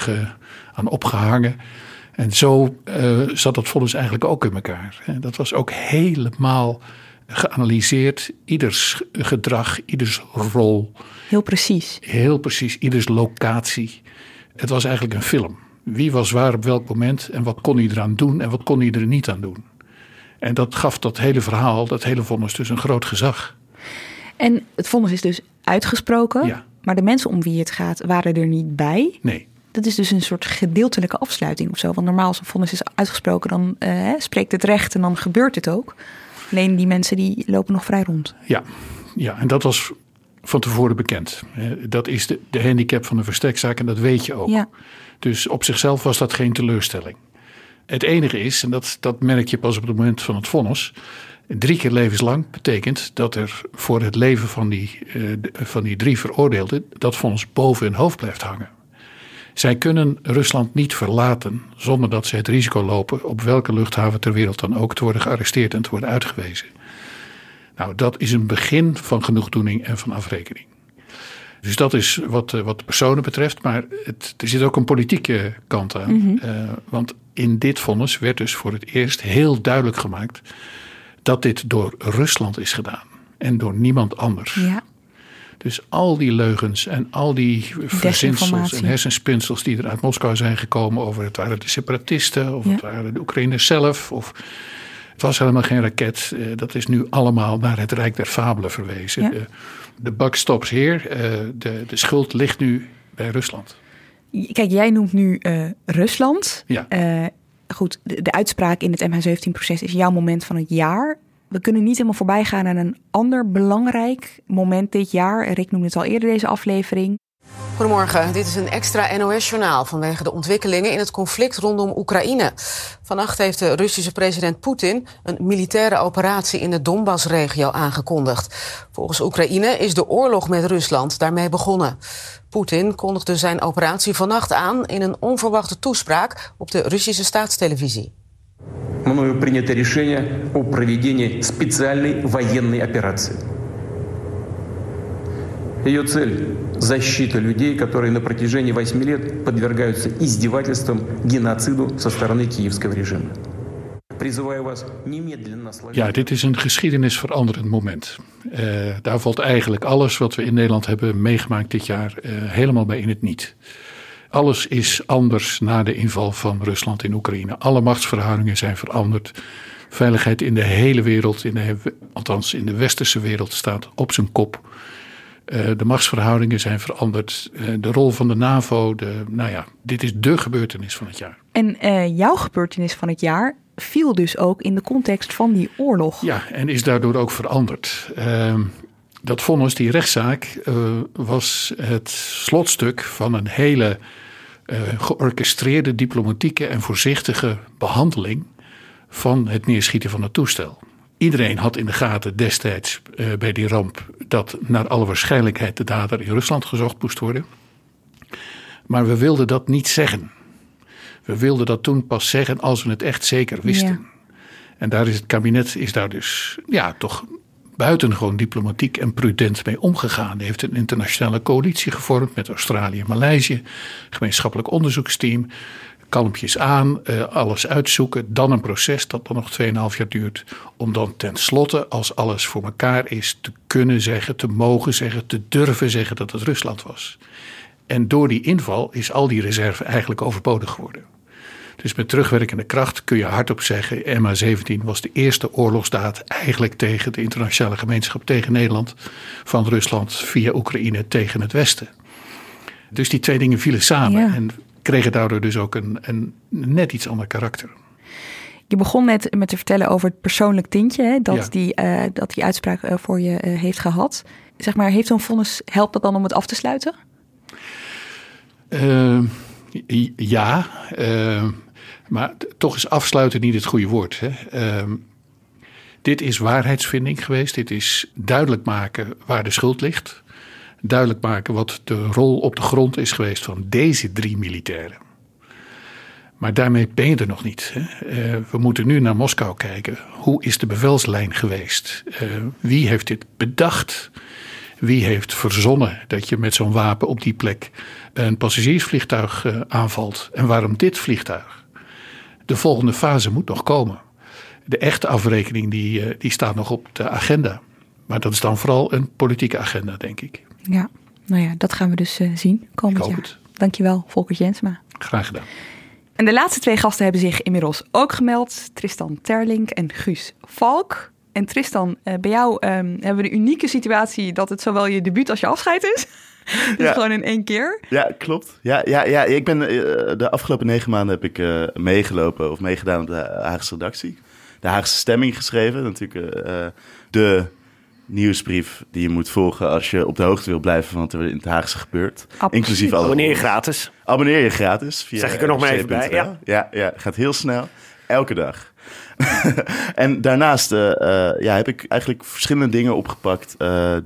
aan opgehangen. En zo zat dat vonnis eigenlijk ook in elkaar. Dat was ook helemaal geanalyseerd. Ieders gedrag, ieders rol. Heel precies. Heel precies, ieders locatie. Het was eigenlijk een film. Wie was waar op welk moment en wat kon hij eraan doen en wat kon hij er niet aan doen. En dat gaf dat hele verhaal, dat hele vonnis dus een groot gezag. En het vonnis is dus uitgesproken, ja. Maar de mensen om wie het gaat waren er niet bij. Nee. Dat is dus een soort gedeeltelijke afsluiting of zo. Want normaal als een vonnis is uitgesproken, dan spreekt het recht en dan gebeurt het ook. Alleen die mensen die lopen nog vrij rond. Ja, en dat was van tevoren bekend. Dat is de handicap van de verstekzaak en dat weet je ook. Ja. Dus op zichzelf was dat geen teleurstelling. Het enige is, en dat merk je pas op het moment van het vonnis, 3 keer levenslang betekent dat er voor het leven van die 3 veroordeelden dat vonnis boven hun hoofd blijft hangen. Zij kunnen Rusland niet verlaten zonder dat ze het risico lopen op welke luchthaven ter wereld dan ook te worden gearresteerd en te worden uitgewezen. Nou, dat is een begin van genoegdoening en van afrekening. Dus dat is wat de personen betreft, maar er zit ook een politieke kant aan. Mm-hmm. Want in dit vonnis werd dus voor het eerst heel duidelijk gemaakt dat dit door Rusland is gedaan en door niemand anders. Ja. Dus al die leugens en al die verzinsels en hersenspinsels die er uit Moskou zijn gekomen over het waren de separatisten of het waren de Oekraïners zelf of het was helemaal geen raket. Dat is nu allemaal naar het Rijk der Fabelen verwezen. Ja. De buck stops here. De schuld ligt nu bij Rusland. Kijk, jij noemt nu Rusland. Ja. Goed, de uitspraak in het MH17-proces is jouw moment van het jaar. We kunnen niet helemaal voorbij gaan aan een ander belangrijk moment dit jaar. Rick noemde het al eerder deze aflevering. Goedemorgen, dit is een extra NOS-journaal vanwege de ontwikkelingen in het conflict rondom Oekraïne. Vannacht heeft de Russische president Poetin een militaire operatie in de Donbass-regio aangekondigd. Volgens Oekraïne is de oorlog met Rusland daarmee begonnen. Poetin kondigde zijn operatie vannacht aan in een onverwachte toespraak op de Russische staatstelevisie. Мною принято решение о проведении специальной военной операции. Ее цель – защита людей, которые на протяжении 8 лет подвергаются издевательствам, геноциду со стороны киевского режима. Призываю вас немедленно сложить... Ja, dit is een geschiedenisveranderend moment. Daar valt eigenlijk alles wat we in Nederland hebben meegemaakt dit jaar helemaal bij in het niet. Alles is anders na de inval van Rusland in Oekraïne. Alle machtsverhoudingen zijn veranderd. Veiligheid in de hele wereld, althans in de westerse wereld, staat op zijn kop. De machtsverhoudingen zijn veranderd. De rol van de NAVO, dit is dé gebeurtenis van het jaar. En jouw gebeurtenis van het jaar viel dus ook in de context van die oorlog. Ja, en is daardoor ook veranderd. Dat vonnis, die rechtszaak, was het slotstuk van een hele georchestreerde, diplomatieke en voorzichtige behandeling van het neerschieten van het toestel. Iedereen had in de gaten destijds bij die ramp dat naar alle waarschijnlijkheid de dader in Rusland gezocht moest worden. Maar we wilden dat niet zeggen. We wilden dat toen pas zeggen als we het echt zeker wisten. Ja. En daar is het kabinet daar dus toch buitengewoon diplomatiek en prudent mee omgegaan. Hij heeft een internationale coalitie gevormd met Australië en Maleisië. Gemeenschappelijk onderzoeksteam. Kalmpjes aan, alles uitzoeken. Dan een proces dat dan nog 2,5 jaar duurt. Om dan tenslotte, als alles voor elkaar is, te kunnen zeggen, te mogen zeggen, te durven zeggen dat het Rusland was. En door die inval is al die reserve eigenlijk overbodig geworden. Dus met terugwerkende kracht kun je hardop zeggen, MH17 was de eerste oorlogsdaad eigenlijk tegen de internationale gemeenschap, tegen Nederland, van Rusland via Oekraïne tegen het Westen. Dus die twee dingen vielen samen en kregen daardoor dus ook een net iets ander karakter. Je begon net met te vertellen over het persoonlijk tintje, dat die uitspraak voor je heeft gehad. Zeg maar, heeft zo'n vonnis, helpt dat dan om het af te sluiten? Maar toch is afsluiten niet het goede woord. Hè? Dit is waarheidsvinding geweest. Dit is duidelijk maken waar de schuld ligt. Duidelijk maken wat de rol op de grond is geweest van deze 3 militairen. Maar daarmee ben je er nog niet. Hè? We moeten nu naar Moskou kijken. Hoe is de bevelslijn geweest? Wie heeft dit bedacht? Wie heeft verzonnen dat je met zo'n wapen op die plek een passagiersvliegtuig aanvalt? En waarom dit vliegtuig? De volgende fase moet nog komen. De echte afrekening die staat nog op de agenda. Maar dat is dan vooral een politieke agenda, denk ik. Ja, dat gaan we dus zien komend jaar. Het. Dankjewel, Volker Jensma. Graag gedaan. En de laatste 2 gasten hebben zich inmiddels ook gemeld. Tristan Terlink en Guus Valk. En Tristan, bij jou hebben we de unieke situatie dat het zowel je debuut als je afscheid is. Dus gewoon in 1 keer. Ja, klopt. Ja. Ik ben de afgelopen 9 maanden heb ik meegelopen of meegedaan op de Haagse redactie. De Haagse Stemming geschreven. Natuurlijk de nieuwsbrief die je moet volgen als je op de hoogte wil blijven van wat er in het Haagse gebeurt. Absoluut. Inclusief alle Abonneer je gratis. Abonneer je gratis. Via zeg ik er nog maar even bij. Ja, gaat heel snel. Elke dag. En daarnaast heb ik eigenlijk verschillende dingen opgepakt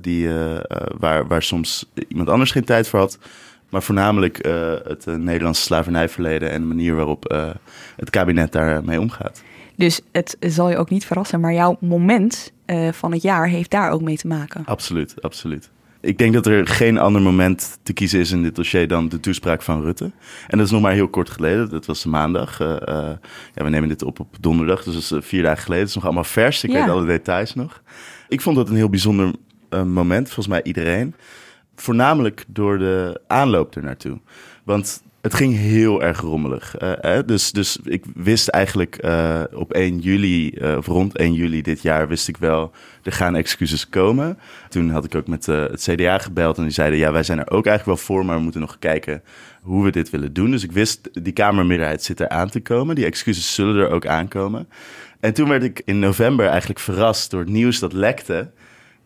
waar soms iemand anders geen tijd voor had. Maar voornamelijk het Nederlandse slavernijverleden en de manier waarop het kabinet daarmee omgaat. Dus het zal je ook niet verrassen, maar jouw moment van het jaar heeft daar ook mee te maken. Absoluut. Ik denk dat er geen ander moment te kiezen is in dit dossier dan de toespraak van Rutte. En dat is nog maar heel kort geleden. Dat was maandag. We nemen dit op donderdag, dus dat is 4 dagen geleden. Het is nog allemaal vers. Ik weet alle details nog. Ik vond dat een heel bijzonder moment, volgens mij iedereen. Voornamelijk door de aanloop ernaartoe. Want het ging heel erg rommelig. Dus ik wist eigenlijk op 1 juli, of rond 1 juli dit jaar, wist ik wel, er gaan excuses komen. Toen had ik ook met het CDA gebeld en die zeiden, wij zijn er ook eigenlijk wel voor, maar we moeten nog kijken hoe we dit willen doen. Dus ik wist, die Kamermeerderheid zit er aan te komen. Die excuses zullen er ook aankomen. En toen werd ik in november eigenlijk verrast door het nieuws dat lekte,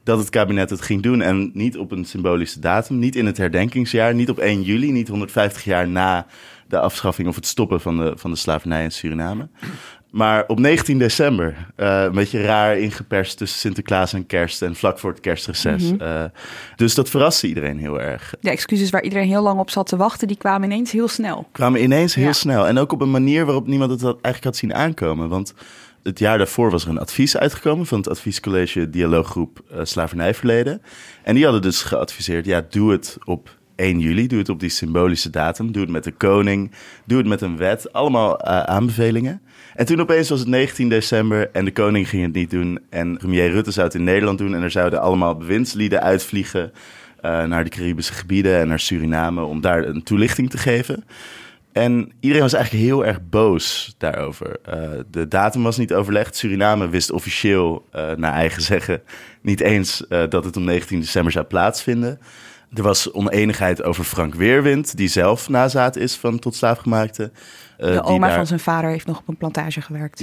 dat het kabinet het ging doen. En niet op een symbolische datum, niet in het herdenkingsjaar, niet op 1 juli, niet 150 jaar na de afschaffing of het stoppen van de slavernij in Suriname. Maar op 19 december, een beetje raar ingeperst tussen Sinterklaas en kerst en vlak voor het kerstreces. Dus dat verraste iedereen heel erg. De excuses waar iedereen heel lang op zat te wachten, die kwamen ineens heel snel. En ook op een manier waarop niemand het eigenlijk had zien aankomen. Want het jaar daarvoor was er een advies uitgekomen van het adviescollege Dialooggroep Slavernijverleden. En die hadden dus geadviseerd, doe het op 1 juli, doe het op die symbolische datum, doe het met de koning, doe het met een wet, allemaal aanbevelingen. En toen opeens was het 19 december en de koning ging het niet doen en premier Rutte zou het in Nederland doen en er zouden allemaal bewindslieden uitvliegen naar de Caribische gebieden en naar Suriname om daar een toelichting te geven. En iedereen was eigenlijk heel erg boos daarover. De datum was niet overlegd. Suriname wist officieel, naar eigen zeggen, niet eens dat het op 19 december zou plaatsvinden. Er was oneenigheid over Frank Weerwind, die zelf nazaat is van tot slaafgemaakte. De oma van zijn vader heeft nog op een plantage gewerkt.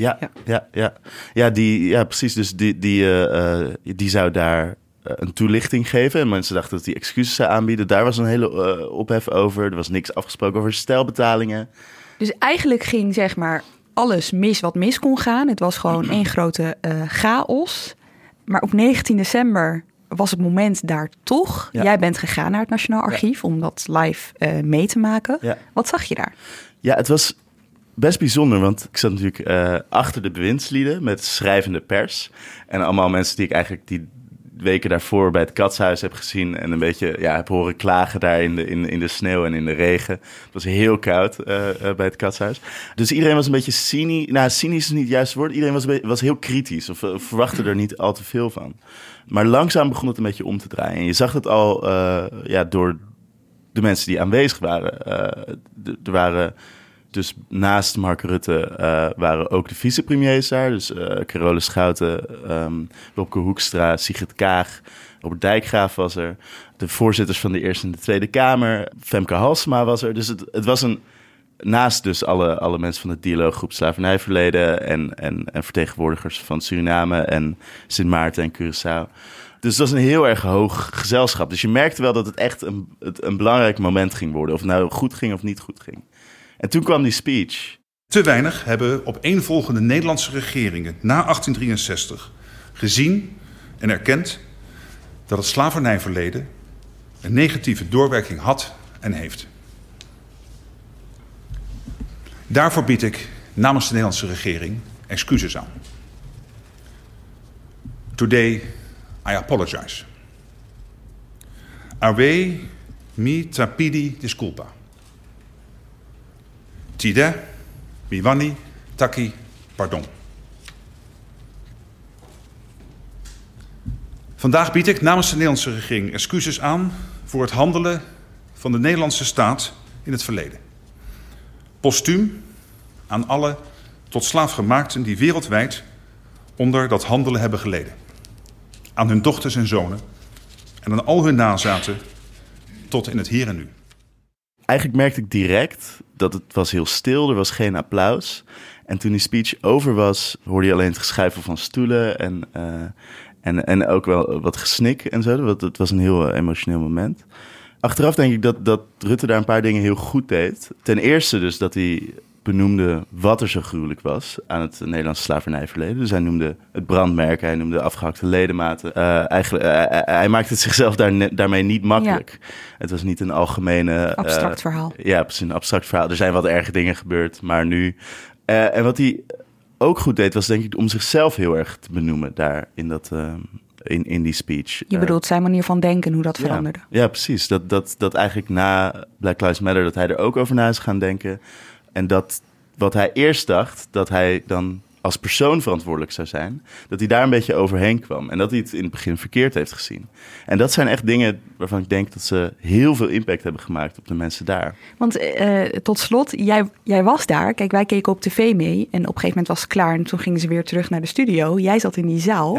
Ja, precies. Dus die zou daar een toelichting geven. En mensen dachten dat hij excuses zou aanbieden. Daar was een hele ophef over. Er was niks afgesproken over stelbetalingen. Dus eigenlijk ging zeg maar alles mis wat mis kon gaan. Het was gewoon één grote chaos. Maar op 19 december was het moment daar toch. Ja. Jij bent gegaan naar het Nationaal Archief om dat live mee te maken. Ja. Wat zag je daar? Ja, het was best bijzonder, want ik zat natuurlijk achter de bewindslieden met schrijvende pers. En allemaal mensen die ik eigenlijk die weken daarvoor bij het Katshuis heb gezien en een beetje heb horen klagen daar in de sneeuw en in de regen. Het was heel koud bij het Katshuis. Dus iedereen was een beetje cynisch. Nou, cynisch is niet het juiste woord. Iedereen was heel kritisch of verwachtte er niet al te veel van. Maar langzaam begon het een beetje om te draaien. En je zag het al door de mensen die aanwezig waren. Er waren dus naast Mark Rutte waren ook de vicepremiers daar. Dus Carole Schouten, Wopke Hoekstra, Sigrid Kaag, Robert Dijkgraaf was er. De voorzitters van de Eerste en de Tweede Kamer. Femke Halsema was er. Dus het was naast dus alle mensen van de dialooggroep Slavernijverleden en vertegenwoordigers van Suriname en Sint Maarten en Curaçao. Dus het was een heel erg hoog gezelschap. Dus je merkte wel dat het echt een belangrijk moment ging worden. Of het nou goed ging of niet goed ging. En toen kwam die speech. Te weinig hebben opeenvolgende Nederlandse regeringen na 1863 gezien en erkend dat het slavernijverleden een negatieve doorwerking had en heeft. Daarvoor bied ik namens de Nederlandse regering excuses aan. Today I apologize. Ave mi trapidi disculpa. Tide, miwani, taki, pardon. Vandaag bied ik namens de Nederlandse regering excuses aan voor het handelen van de Nederlandse staat in het verleden. Postuum aan alle tot slaafgemaakten die wereldwijd onder dat handelen hebben geleden. Aan hun dochters en zonen en aan al hun nazaten tot in het hier en nu. Eigenlijk merkte ik direct dat het was heel stil, er was geen applaus. En toen die speech over was, hoorde je alleen het geschuifel van stoelen en ook wel wat gesnik en zo. Het was een heel emotioneel moment. Achteraf denk ik dat Rutte daar een paar dingen heel goed deed. Ten eerste dus dat hij benoemde wat er zo gruwelijk was aan het Nederlandse slavernijverleden. Dus hij noemde het brandmerk, hij noemde afgehakte ledematen. Hij maakte het zichzelf daarmee niet makkelijk. Ja. Het was niet een algemene abstract verhaal. Ja, precies, een abstract verhaal. Er zijn wat erge dingen gebeurd, maar nu. En wat hij ook goed deed, was denk ik om zichzelf heel erg te benoemen daar in dat. In die speech. Je bedoelt zijn manier van denken, hoe dat veranderde. Ja, precies. Dat eigenlijk na Black Lives Matter, dat hij er ook over na is gaan denken. En dat wat hij eerst dacht, dat hij dan als persoon verantwoordelijk zou zijn, dat hij daar een beetje overheen kwam. En dat hij het in het begin verkeerd heeft gezien. En dat zijn echt dingen waarvan ik denk dat ze heel veel impact hebben gemaakt op de mensen daar. Want tot slot, jij was daar. Kijk, wij keken op tv mee en op een gegeven moment was het klaar. En toen gingen ze weer terug naar de studio. Jij zat in die zaal. Ja.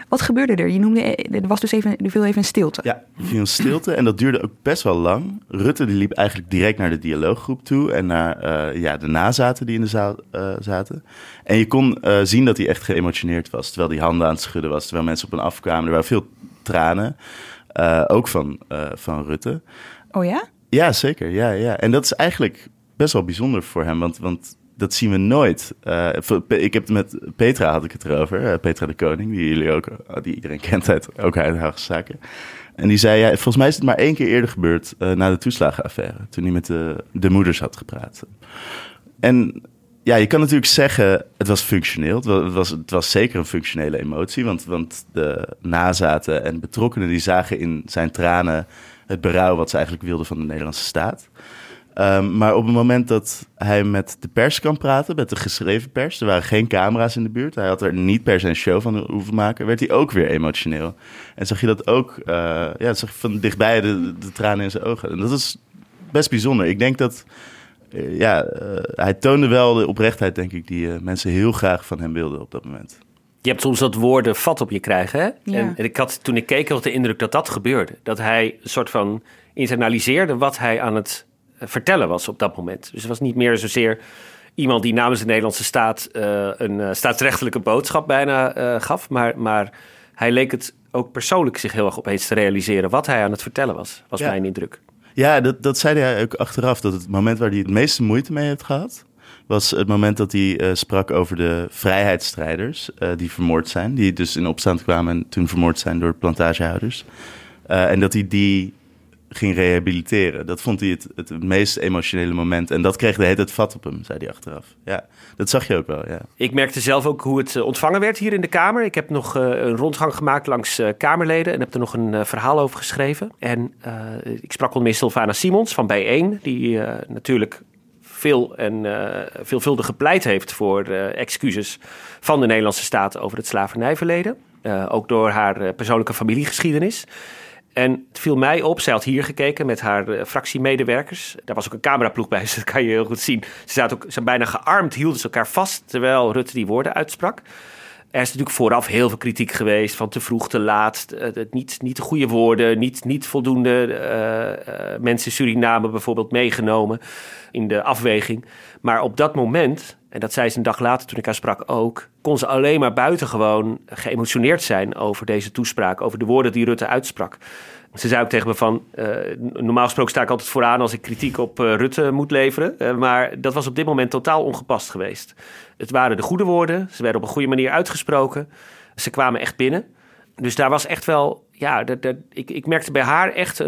Wat gebeurde er? Je noemde, er was dus er viel even een stilte. Ja, er viel een stilte en dat duurde ook best wel lang. Rutte die liep eigenlijk direct naar de dialooggroep toe en naar de nazaten die in de zaal zaten. En je kon zien dat hij echt geëmotioneerd was, terwijl hij handen aan het schudden was, terwijl mensen op hem afkwamen. Er waren veel tranen, ook van Rutte. Oh ja? Ja, zeker. Ja. En dat is eigenlijk best wel bijzonder voor hem, want dat zien we nooit. Ik heb het met Petra, had ik het erover. Petra de Koning, die iedereen kent ook uit Haagse Zaken. En die zei, volgens mij is het maar 1 keer eerder gebeurd na de toeslagenaffaire. Toen hij met de moeders had gepraat. En ja, je kan natuurlijk zeggen, het was functioneel. Het was zeker een functionele emotie. Want de nazaten en betrokkenen die zagen in zijn tranen het berouw wat ze eigenlijk wilden van de Nederlandse staat. Maar op het moment dat hij met de pers kan praten, met de geschreven pers, er waren geen camera's in de buurt, hij had er niet per se een show van hoeven maken, werd hij ook weer emotioneel. En zag je dat ook, zag je van dichtbij de tranen in zijn ogen. En dat is best bijzonder. Ik denk dat, hij toonde wel de oprechtheid, denk ik, die mensen heel graag van hem wilden op dat moment. Je hebt soms dat woorden vat op je krijgen, hè? Ja. En ik had, toen ik keek, had de indruk dat dat gebeurde. Dat hij een soort van internaliseerde wat hij aan het vertellen was op dat moment. Dus het was niet meer zozeer iemand die namens de Nederlandse staat een staatsrechtelijke boodschap bijna gaf. Maar hij leek het ook persoonlijk zich heel erg opeens te realiseren wat hij aan het vertellen was mijn indruk. Ja, dat zei hij ook achteraf. Dat het moment waar hij het meeste moeite mee heeft gehad, was het moment dat hij sprak over de vrijheidsstrijders die vermoord zijn. Die dus in opstand kwamen en toen vermoord zijn door plantagehouders. En dat hij die ging rehabiliteren. Dat vond hij het meest emotionele moment. En dat kreeg de hele tijd vat op hem, zei hij achteraf. Ja, dat zag je ook wel, ja. Ik merkte zelf ook hoe het ontvangen werd hier in de Kamer. Ik heb nog een rondgang gemaakt langs Kamerleden en heb er nog een verhaal over geschreven. En ik sprak onder meer Sylvana Simons van Bijeen, die natuurlijk veelvuldig gepleit heeft voor excuses van de Nederlandse staat over het slavernijverleden. Ook door haar persoonlijke familiegeschiedenis. En het viel mij op, zij had hier gekeken met haar fractiemedewerkers. Daar was ook een cameraploeg bij, dus dat kan je heel goed zien. Ze zijn bijna gearmd, hielden ze elkaar vast terwijl Rutte die woorden uitsprak. Er is natuurlijk vooraf heel veel kritiek geweest van te vroeg, te laat. Niet de goede woorden, niet voldoende mensen in Suriname bijvoorbeeld meegenomen in de afweging. Maar op dat moment, en dat zei ze een dag later toen ik haar sprak ook, kon ze alleen maar buitengewoon geëmotioneerd zijn over deze toespraak, over de woorden die Rutte uitsprak. Ze zei ook tegen me van, normaal gesproken sta ik altijd vooraan als ik kritiek op Rutte moet leveren. Maar dat was op dit moment totaal ongepast geweest. Het waren de goede woorden, ze werden op een goede manier uitgesproken. Ze kwamen echt binnen. Dus daar was echt wel, ik merkte bij haar echt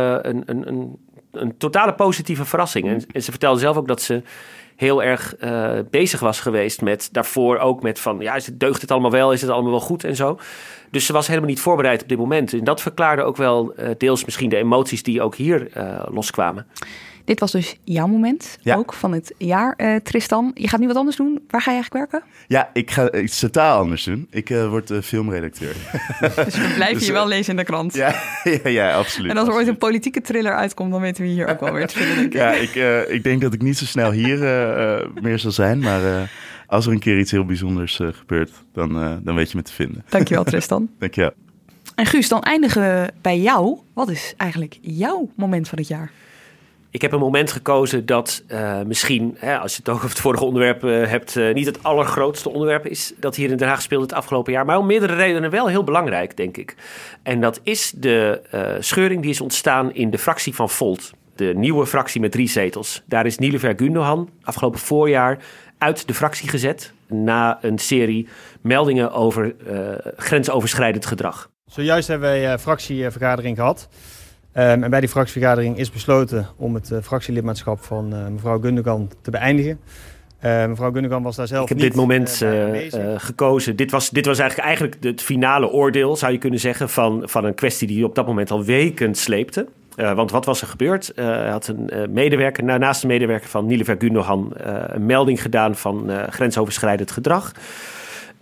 een totale positieve verrassing. En ze vertelde zelf ook dat ze heel erg bezig was geweest met daarvoor ook met van, deugt het allemaal wel, is het allemaal wel goed en zo. Dus ze was helemaal niet voorbereid op dit moment. En dat verklaarde ook wel deels misschien de emoties die ook hier loskwamen. Dit was dus jouw moment, ook van het jaar, Tristan. Je gaat nu wat anders doen. Waar ga je eigenlijk werken? Ja, ik ga iets totaal anders doen. Ik word filmredacteur. Dus we blijven je wel lezen in de krant. Ja, absoluut. En als er ooit een politieke thriller uitkomt, dan weten we hier ook wel weer te vinden, denk ik. Ja, ik denk dat ik niet zo snel hier meer zal zijn. Maar als er een keer iets heel bijzonders gebeurt, dan weet je me te vinden. Dankjewel, Tristan. Dankjewel. En Guus, dan eindigen we bij jou. Wat is eigenlijk jouw moment van het jaar? Ik heb een moment gekozen dat misschien, als je het ook over het vorige onderwerp hebt, niet het allergrootste onderwerp is dat hier in Den Haag speelde het afgelopen jaar. Maar om meerdere redenen wel heel belangrijk, denk ik. En dat is de scheuring die is ontstaan in de fractie van Volt. De nieuwe fractie met 3 zetels. Daar is Niloufer Gundogan afgelopen voorjaar uit de fractie gezet na een serie meldingen over grensoverschrijdend gedrag. Zojuist hebben wij fractievergadering gehad. En bij die fractievergadering is besloten om het fractielidmaatschap van mevrouw Gundogan te beëindigen. Mevrouw Gundogan was daar zelf niet. Ik heb dit moment gekozen. Dit was eigenlijk het finale oordeel, zou je kunnen zeggen, van een kwestie die op dat moment al weken sleepte. Want wat was er gebeurd? Hij had een medewerker, naast een medewerker van Niloufer Gundogan, een melding gedaan van grensoverschrijdend gedrag.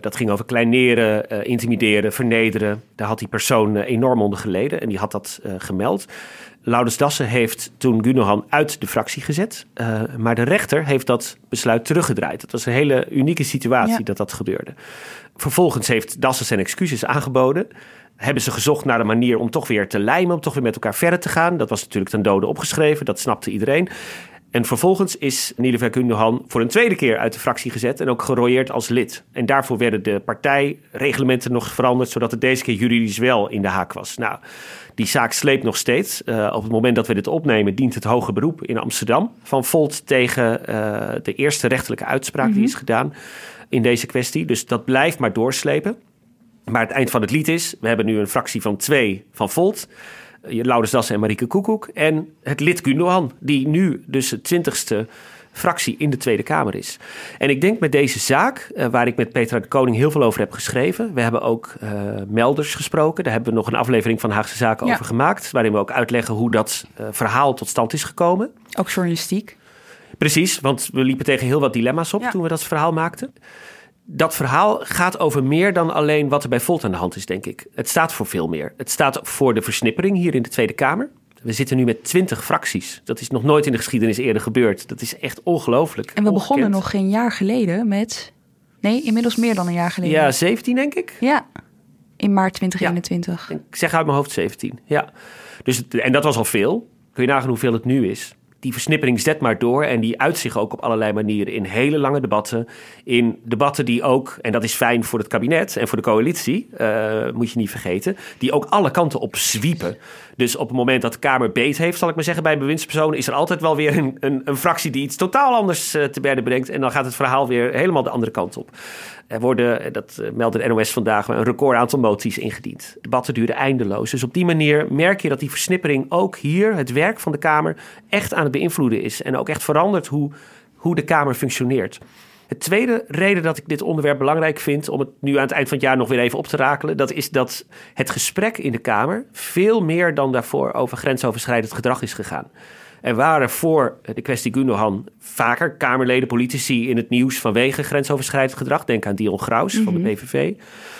Dat ging over kleineren, intimideren, vernederen. Daar had die persoon enorm onder geleden en die had dat gemeld. Laurens Dassen heeft toen Gundogan uit de fractie gezet. Maar de rechter heeft dat besluit teruggedraaid. Het was een hele unieke situatie dat gebeurde. Vervolgens heeft Dassen zijn excuses aangeboden. Hebben ze gezocht naar een manier om toch weer te lijmen, om toch weer met elkaar verder te gaan. Dat was natuurlijk ten dode opgeschreven, dat snapte iedereen. En vervolgens is Niloufer Gundogan voor een tweede keer uit de fractie gezet en ook gerooieerd als lid. En daarvoor werden de partijreglementen nog veranderd, zodat het deze keer juridisch wel in de haak was. Nou, die zaak sleept nog steeds. Op het moment dat we dit opnemen, dient het hoge beroep in Amsterdam van Volt tegen de eerste rechterlijke uitspraak die is gedaan in deze kwestie. Dus dat blijft maar doorslepen. Maar het eind van het lied is, we hebben nu een fractie van 2 van Volt. Laurens Dassen en Marieke Koekoek. En het lid Gundogan, die nu dus de 20ste fractie in de Tweede Kamer is. En ik denk met deze zaak, waar ik met Petra de Koning heel veel over heb geschreven. We hebben ook melders gesproken. Daar hebben we nog een aflevering van Haagse Zaken over gemaakt. Waarin we ook uitleggen hoe dat verhaal tot stand is gekomen. Ook journalistiek. Precies, want we liepen tegen heel wat dilemma's op toen we dat verhaal maakten. Dat verhaal gaat over meer dan alleen wat er bij Volt aan de hand is, denk ik. Het staat voor veel meer. Het staat voor de versnippering hier in de Tweede Kamer. We zitten nu met 20 fracties. Dat is nog nooit in de geschiedenis eerder gebeurd. Dat is echt ongelooflijk. En we begonnen nog geen jaar geleden met... Nee, inmiddels meer dan een jaar geleden. Ja, 17 denk ik. Ja, in maart 2021. Ja, ik zeg uit mijn hoofd 17, ja. Dus en dat was al veel. Kun je nagaan hoeveel het nu is. Die versnippering zet maar door en die uit zich ook op allerlei manieren in hele lange debatten. In debatten die ook, en dat is fijn voor het kabinet en voor de coalitie, moet je niet vergeten, die ook alle kanten op zwiepen. Dus op het moment dat de Kamer beet heeft, zal ik maar zeggen, bij een bewindspersoon, is er altijd wel weer een fractie die iets totaal anders te berde brengt. En dan gaat het verhaal weer helemaal de andere kant op. Er worden, dat meldde de NOS vandaag, een record aantal moties ingediend. Debatten duren eindeloos. Dus op die manier merk je dat die versnippering ook hier, het werk van de Kamer, echt aan het beïnvloeden is. En ook echt verandert hoe de Kamer functioneert. Het tweede reden dat ik dit onderwerp belangrijk vind, om het nu aan het eind van het jaar nog weer even op te rakelen, dat is dat het gesprek in de Kamer veel meer dan daarvoor over grensoverschrijdend gedrag is gegaan. Er waren voor de kwestie Gundogan vaker Kamerleden, politici in het nieuws vanwege grensoverschrijdend gedrag. Denk aan Dion Graus van de PVV.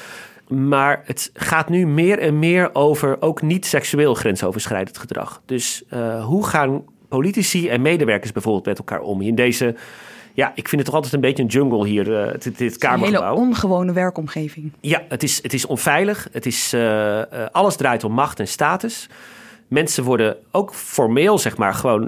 Maar het gaat nu meer en meer over ook niet seksueel grensoverschrijdend gedrag. Dus hoe gaan politici en medewerkers bijvoorbeeld met elkaar om? In deze, ja, ik vind het toch altijd een beetje een jungle hier, dit Kamergebouw. Een hele ongewone werkomgeving. Ja, het is onveilig. Het is, alles draait om macht en status. Mensen worden ook formeel, zeg maar, gewoon,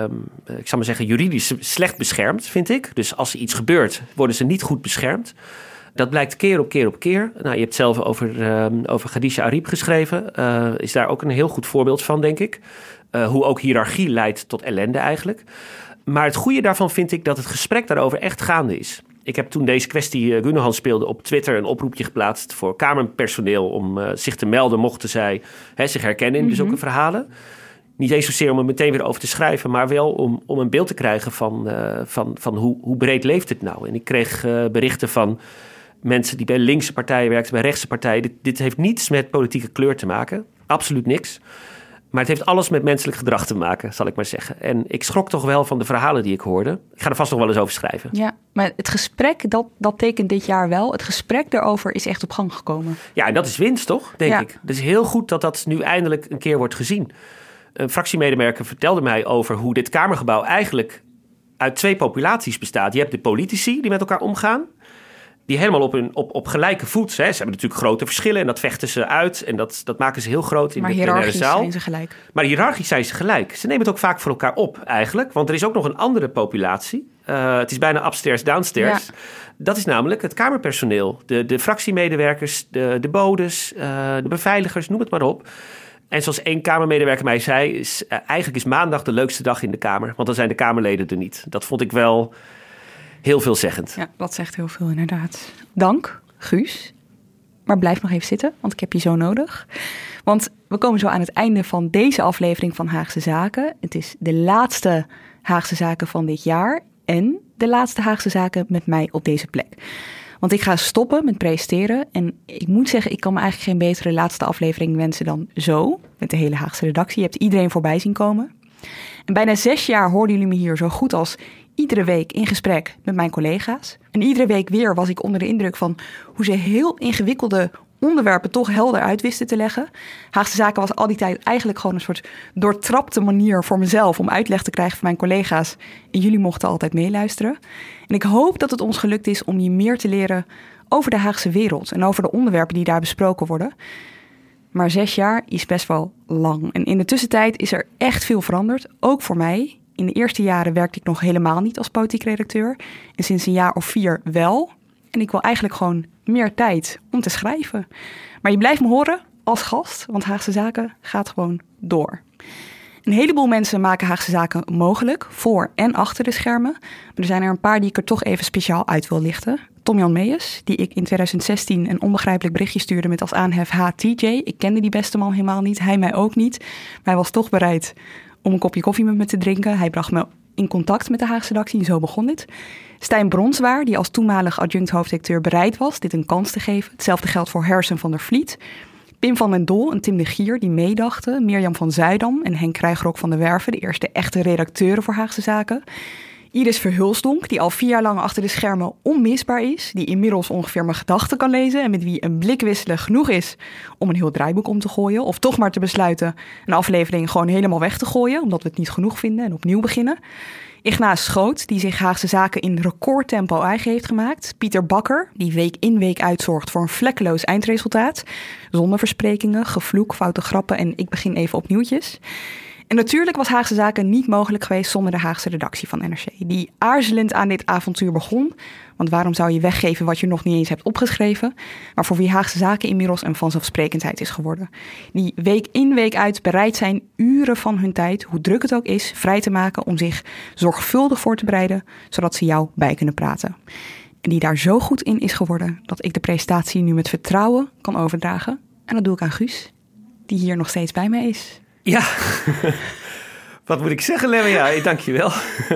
ik zal maar zeggen, juridisch slecht beschermd, vind ik. Dus als er iets gebeurt, worden ze niet goed beschermd. Dat blijkt keer op keer op keer. Nou, je hebt zelf over Khadija Arib geschreven. Is daar ook een heel goed voorbeeld van, denk ik. Hoe ook hiërarchie leidt tot ellende eigenlijk. Maar het goede daarvan vind ik dat het gesprek daarover echt gaande is. Ik heb toen deze kwestie Gundogan speelde op Twitter een oproepje geplaatst voor Kamerpersoneel om zich te melden mochten zij zich herkennen in zulke verhalen. Niet eens zozeer om er meteen weer over te schrijven, maar wel om een beeld te krijgen van hoe breed leeft het nou. En ik kreeg berichten van mensen die bij linkse partijen werkten, bij rechtse partijen. Dit heeft niets met politieke kleur te maken. Absoluut niks. Maar het heeft alles met menselijk gedrag te maken, zal ik maar zeggen. En ik schrok toch wel van de verhalen die ik hoorde. Ik ga er vast nog wel eens over schrijven. Ja, maar het gesprek, dat tekent dit jaar wel. Het gesprek daarover is echt op gang gekomen. Ja, en dat is winst, toch? Denk ik. Het is heel goed dat dat nu eindelijk een keer wordt gezien. Een fractiemedewerker vertelde mij over hoe dit Kamergebouw eigenlijk uit 2 populaties bestaat. Je hebt de politici die met elkaar omgaan. Die helemaal op gelijke voet. Ze hebben natuurlijk grote verschillen en dat vechten ze uit. En dat maken ze heel groot in de plenaire zaal. Zijn ze gelijk. Maar hiërarchisch zijn ze gelijk. Ze nemen het ook vaak voor elkaar op eigenlijk. Want er is ook nog een andere populatie. Het is bijna upstairs, downstairs. Ja. Dat is namelijk het Kamerpersoneel. De fractiemedewerkers, de bodes, de beveiligers, noem het maar op. En zoals 1 Kamermedewerker mij zei, eigenlijk is maandag de leukste dag in de Kamer. Want dan zijn de Kamerleden er niet. Dat vond ik wel heel veelzeggend. Ja, dat zegt heel veel inderdaad. Dank, Guus. Maar blijf nog even zitten, want ik heb je zo nodig. Want we komen zo aan het einde van deze aflevering van Haagse Zaken. Het is de laatste Haagse Zaken van dit jaar. En de laatste Haagse Zaken met mij op deze plek. Want ik ga stoppen met presenteren. En ik moet zeggen, ik kan me eigenlijk geen betere laatste aflevering wensen dan zo. Met de hele Haagse redactie. Je hebt iedereen voorbij zien komen. En bijna 6 jaar hoorden jullie me hier zo goed als iedere week in gesprek met mijn collega's. En iedere week weer was ik onder de indruk van hoe ze heel ingewikkelde onderwerpen toch helder uit wisten te leggen. Haagse Zaken was al die tijd eigenlijk gewoon een soort doortrapte manier voor mezelf om uitleg te krijgen van mijn collega's. En jullie mochten altijd meeluisteren. En ik hoop dat het ons gelukt is om je meer te leren over de Haagse wereld en over de onderwerpen die daar besproken worden. Maar 6 jaar is best wel lang. En in de tussentijd is er echt veel veranderd, ook voor mij. In de eerste jaren werkte ik nog helemaal niet als politiek redacteur. En sinds een jaar of 4 wel. En ik wil eigenlijk gewoon meer tijd om te schrijven. Maar je blijft me horen als gast, want Haagse Zaken gaat gewoon door. Een heleboel mensen maken Haagse Zaken mogelijk, voor en achter de schermen. Maar er zijn er een paar die ik er toch even speciaal uit wil lichten. Tom-Jan Meijers, die ik in 2016 een onbegrijpelijk berichtje stuurde met als aanhef HTJ. Ik kende die beste man helemaal niet, hij mij ook niet. Maar hij was toch bereid om een kopje koffie met me te drinken. Hij bracht me in contact met de Haagse redactie en zo begon dit. Stijn Bronswaard, die als toenmalig adjunct hoofdredacteur bereid was dit een kans te geven. Hetzelfde geldt voor Harrison van der Vliet. Pim van den Dol en Tim de Gier die meedachten. Mirjam van Zuidam en Henk Krijgrok van der Werven, de eerste echte redacteuren voor Haagse Zaken. Iris Verhulsdonk, die al 4 jaar lang achter de schermen onmisbaar is. Die inmiddels ongeveer mijn gedachten kan lezen en met wie een blik wisselen genoeg is om een heel draaiboek om te gooien. Of toch maar te besluiten een aflevering gewoon helemaal weg te gooien, omdat we het niet genoeg vinden en opnieuw beginnen. Ignaas Schoot, die zich Haagse Zaken in recordtempo eigen heeft gemaakt. Pieter Bakker, die week in week uitzorgt voor een vlekkeloos eindresultaat. Zonder versprekingen, gevloek, foute grappen en ik begin even opnieuwtjes. En natuurlijk was Haagse Zaken niet mogelijk geweest zonder de Haagse redactie van NRC. Die aarzelend aan dit avontuur begon. Want waarom zou je weggeven wat je nog niet eens hebt opgeschreven? Maar voor wie Haagse Zaken inmiddels een vanzelfsprekendheid is geworden. Die week in week uit bereid zijn uren van hun tijd, hoe druk het ook is, vrij te maken om zich zorgvuldig voor te bereiden, zodat ze jou bij kunnen praten. En die daar zo goed in is geworden dat ik de presentatie nu met vertrouwen kan overdragen. En dat doe ik aan Guus, die hier nog steeds bij mij is. Ja, wat moet ik zeggen, Lemme? Ja, dank je wel.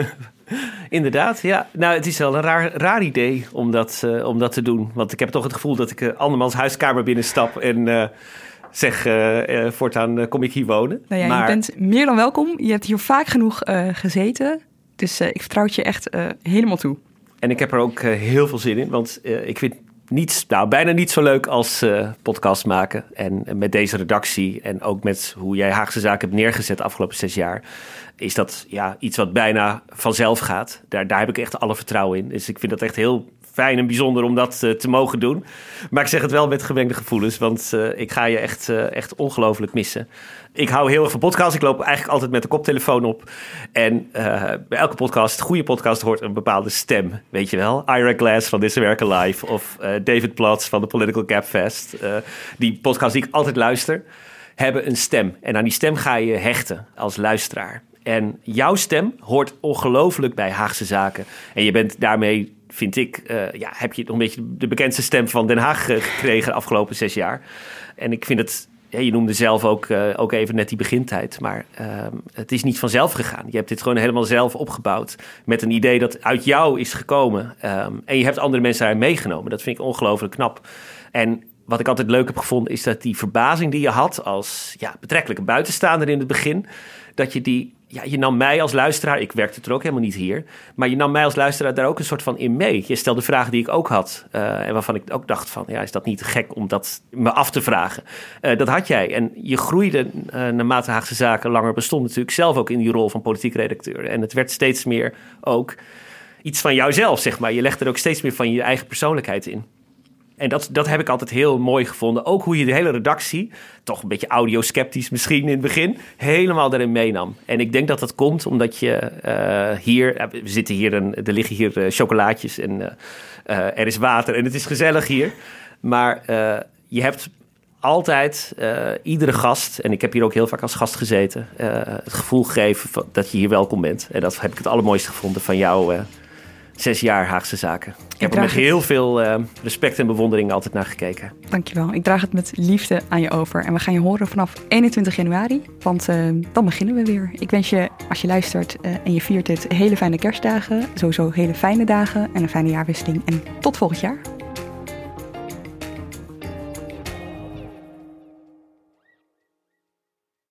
Inderdaad, ja. Nou, het is wel een raar idee om dat te doen. Want ik heb toch het gevoel dat ik andermans huiskamer binnenstap en zeg, voortaan kom ik hier wonen. Nou ja, maar je bent meer dan welkom. Je hebt hier vaak genoeg gezeten. Dus ik vertrouw het je echt helemaal toe. En ik heb er ook heel veel zin in, want ik vind bijna niet zo leuk als podcast maken. En met deze redactie en ook met hoe jij Haagse Zaken hebt neergezet de afgelopen 6 jaar, is dat iets wat bijna vanzelf gaat. Daar heb ik echt alle vertrouwen in. Dus ik vind dat echt heel fijn en bijzonder om dat te mogen doen. Maar ik zeg het wel met gemengde gevoelens, want ik ga je echt ongelooflijk missen. Ik hou heel erg van podcasts. Ik loop eigenlijk altijd met de koptelefoon op. En bij elke podcast, goede podcast, hoort een bepaalde stem. Weet je wel? Ira Glass van This America Live of David Plotz van de Political Gabfest. Die podcast die ik altijd luister, hebben een stem. En aan die stem ga je hechten als luisteraar. En jouw stem hoort ongelooflijk bij Haagse Zaken. En je bent daarmee, vind ik, heb je nog een beetje de bekendste stem van Den Haag gekregen de afgelopen 6 jaar. En ik vind het, je noemde zelf ook even net die begintijd, maar het is niet vanzelf gegaan. Je hebt dit gewoon helemaal zelf opgebouwd met een idee dat uit jou is gekomen. En je hebt andere mensen daarin meegenomen. Dat vind ik ongelooflijk knap. En wat ik altijd leuk heb gevonden is dat die verbazing die je had als betrekkelijk een buitenstaander in het begin, dat je je nam mij als luisteraar, ik werkte er ook helemaal niet hier, maar je nam mij als luisteraar daar ook een soort van in mee. Je stelde vragen die ik ook had en waarvan ik ook dacht van, is dat niet gek om dat me af te vragen? Dat had jij en je groeide naarmate Haagse Zaken langer bestond natuurlijk zelf ook in die rol van politiek redacteur. En het werd steeds meer ook iets van jouzelf, zeg maar. Je legde er ook steeds meer van je eigen persoonlijkheid in. En dat heb ik altijd heel mooi gevonden. Ook hoe je de hele redactie, toch een beetje audiosceptisch misschien in het begin, helemaal erin meenam. En ik denk dat dat komt omdat je hier, we zitten hier, er liggen hier chocolaatjes en er is water en het is gezellig hier. Maar je hebt altijd iedere gast, en ik heb hier ook heel vaak als gast gezeten, het gevoel gegeven dat je hier welkom bent. En dat heb ik het allermooiste gevonden van jou. 6 jaar Haagse Zaken. Ik heb er met heel veel respect en bewondering altijd naar gekeken. Dankjewel. Ik draag het met liefde aan je over. En we gaan je horen vanaf 21 januari. Want dan beginnen we weer. Ik wens je, als je luistert en je viert dit, hele fijne kerstdagen. Sowieso hele fijne dagen en een fijne jaarwisseling. En tot volgend jaar.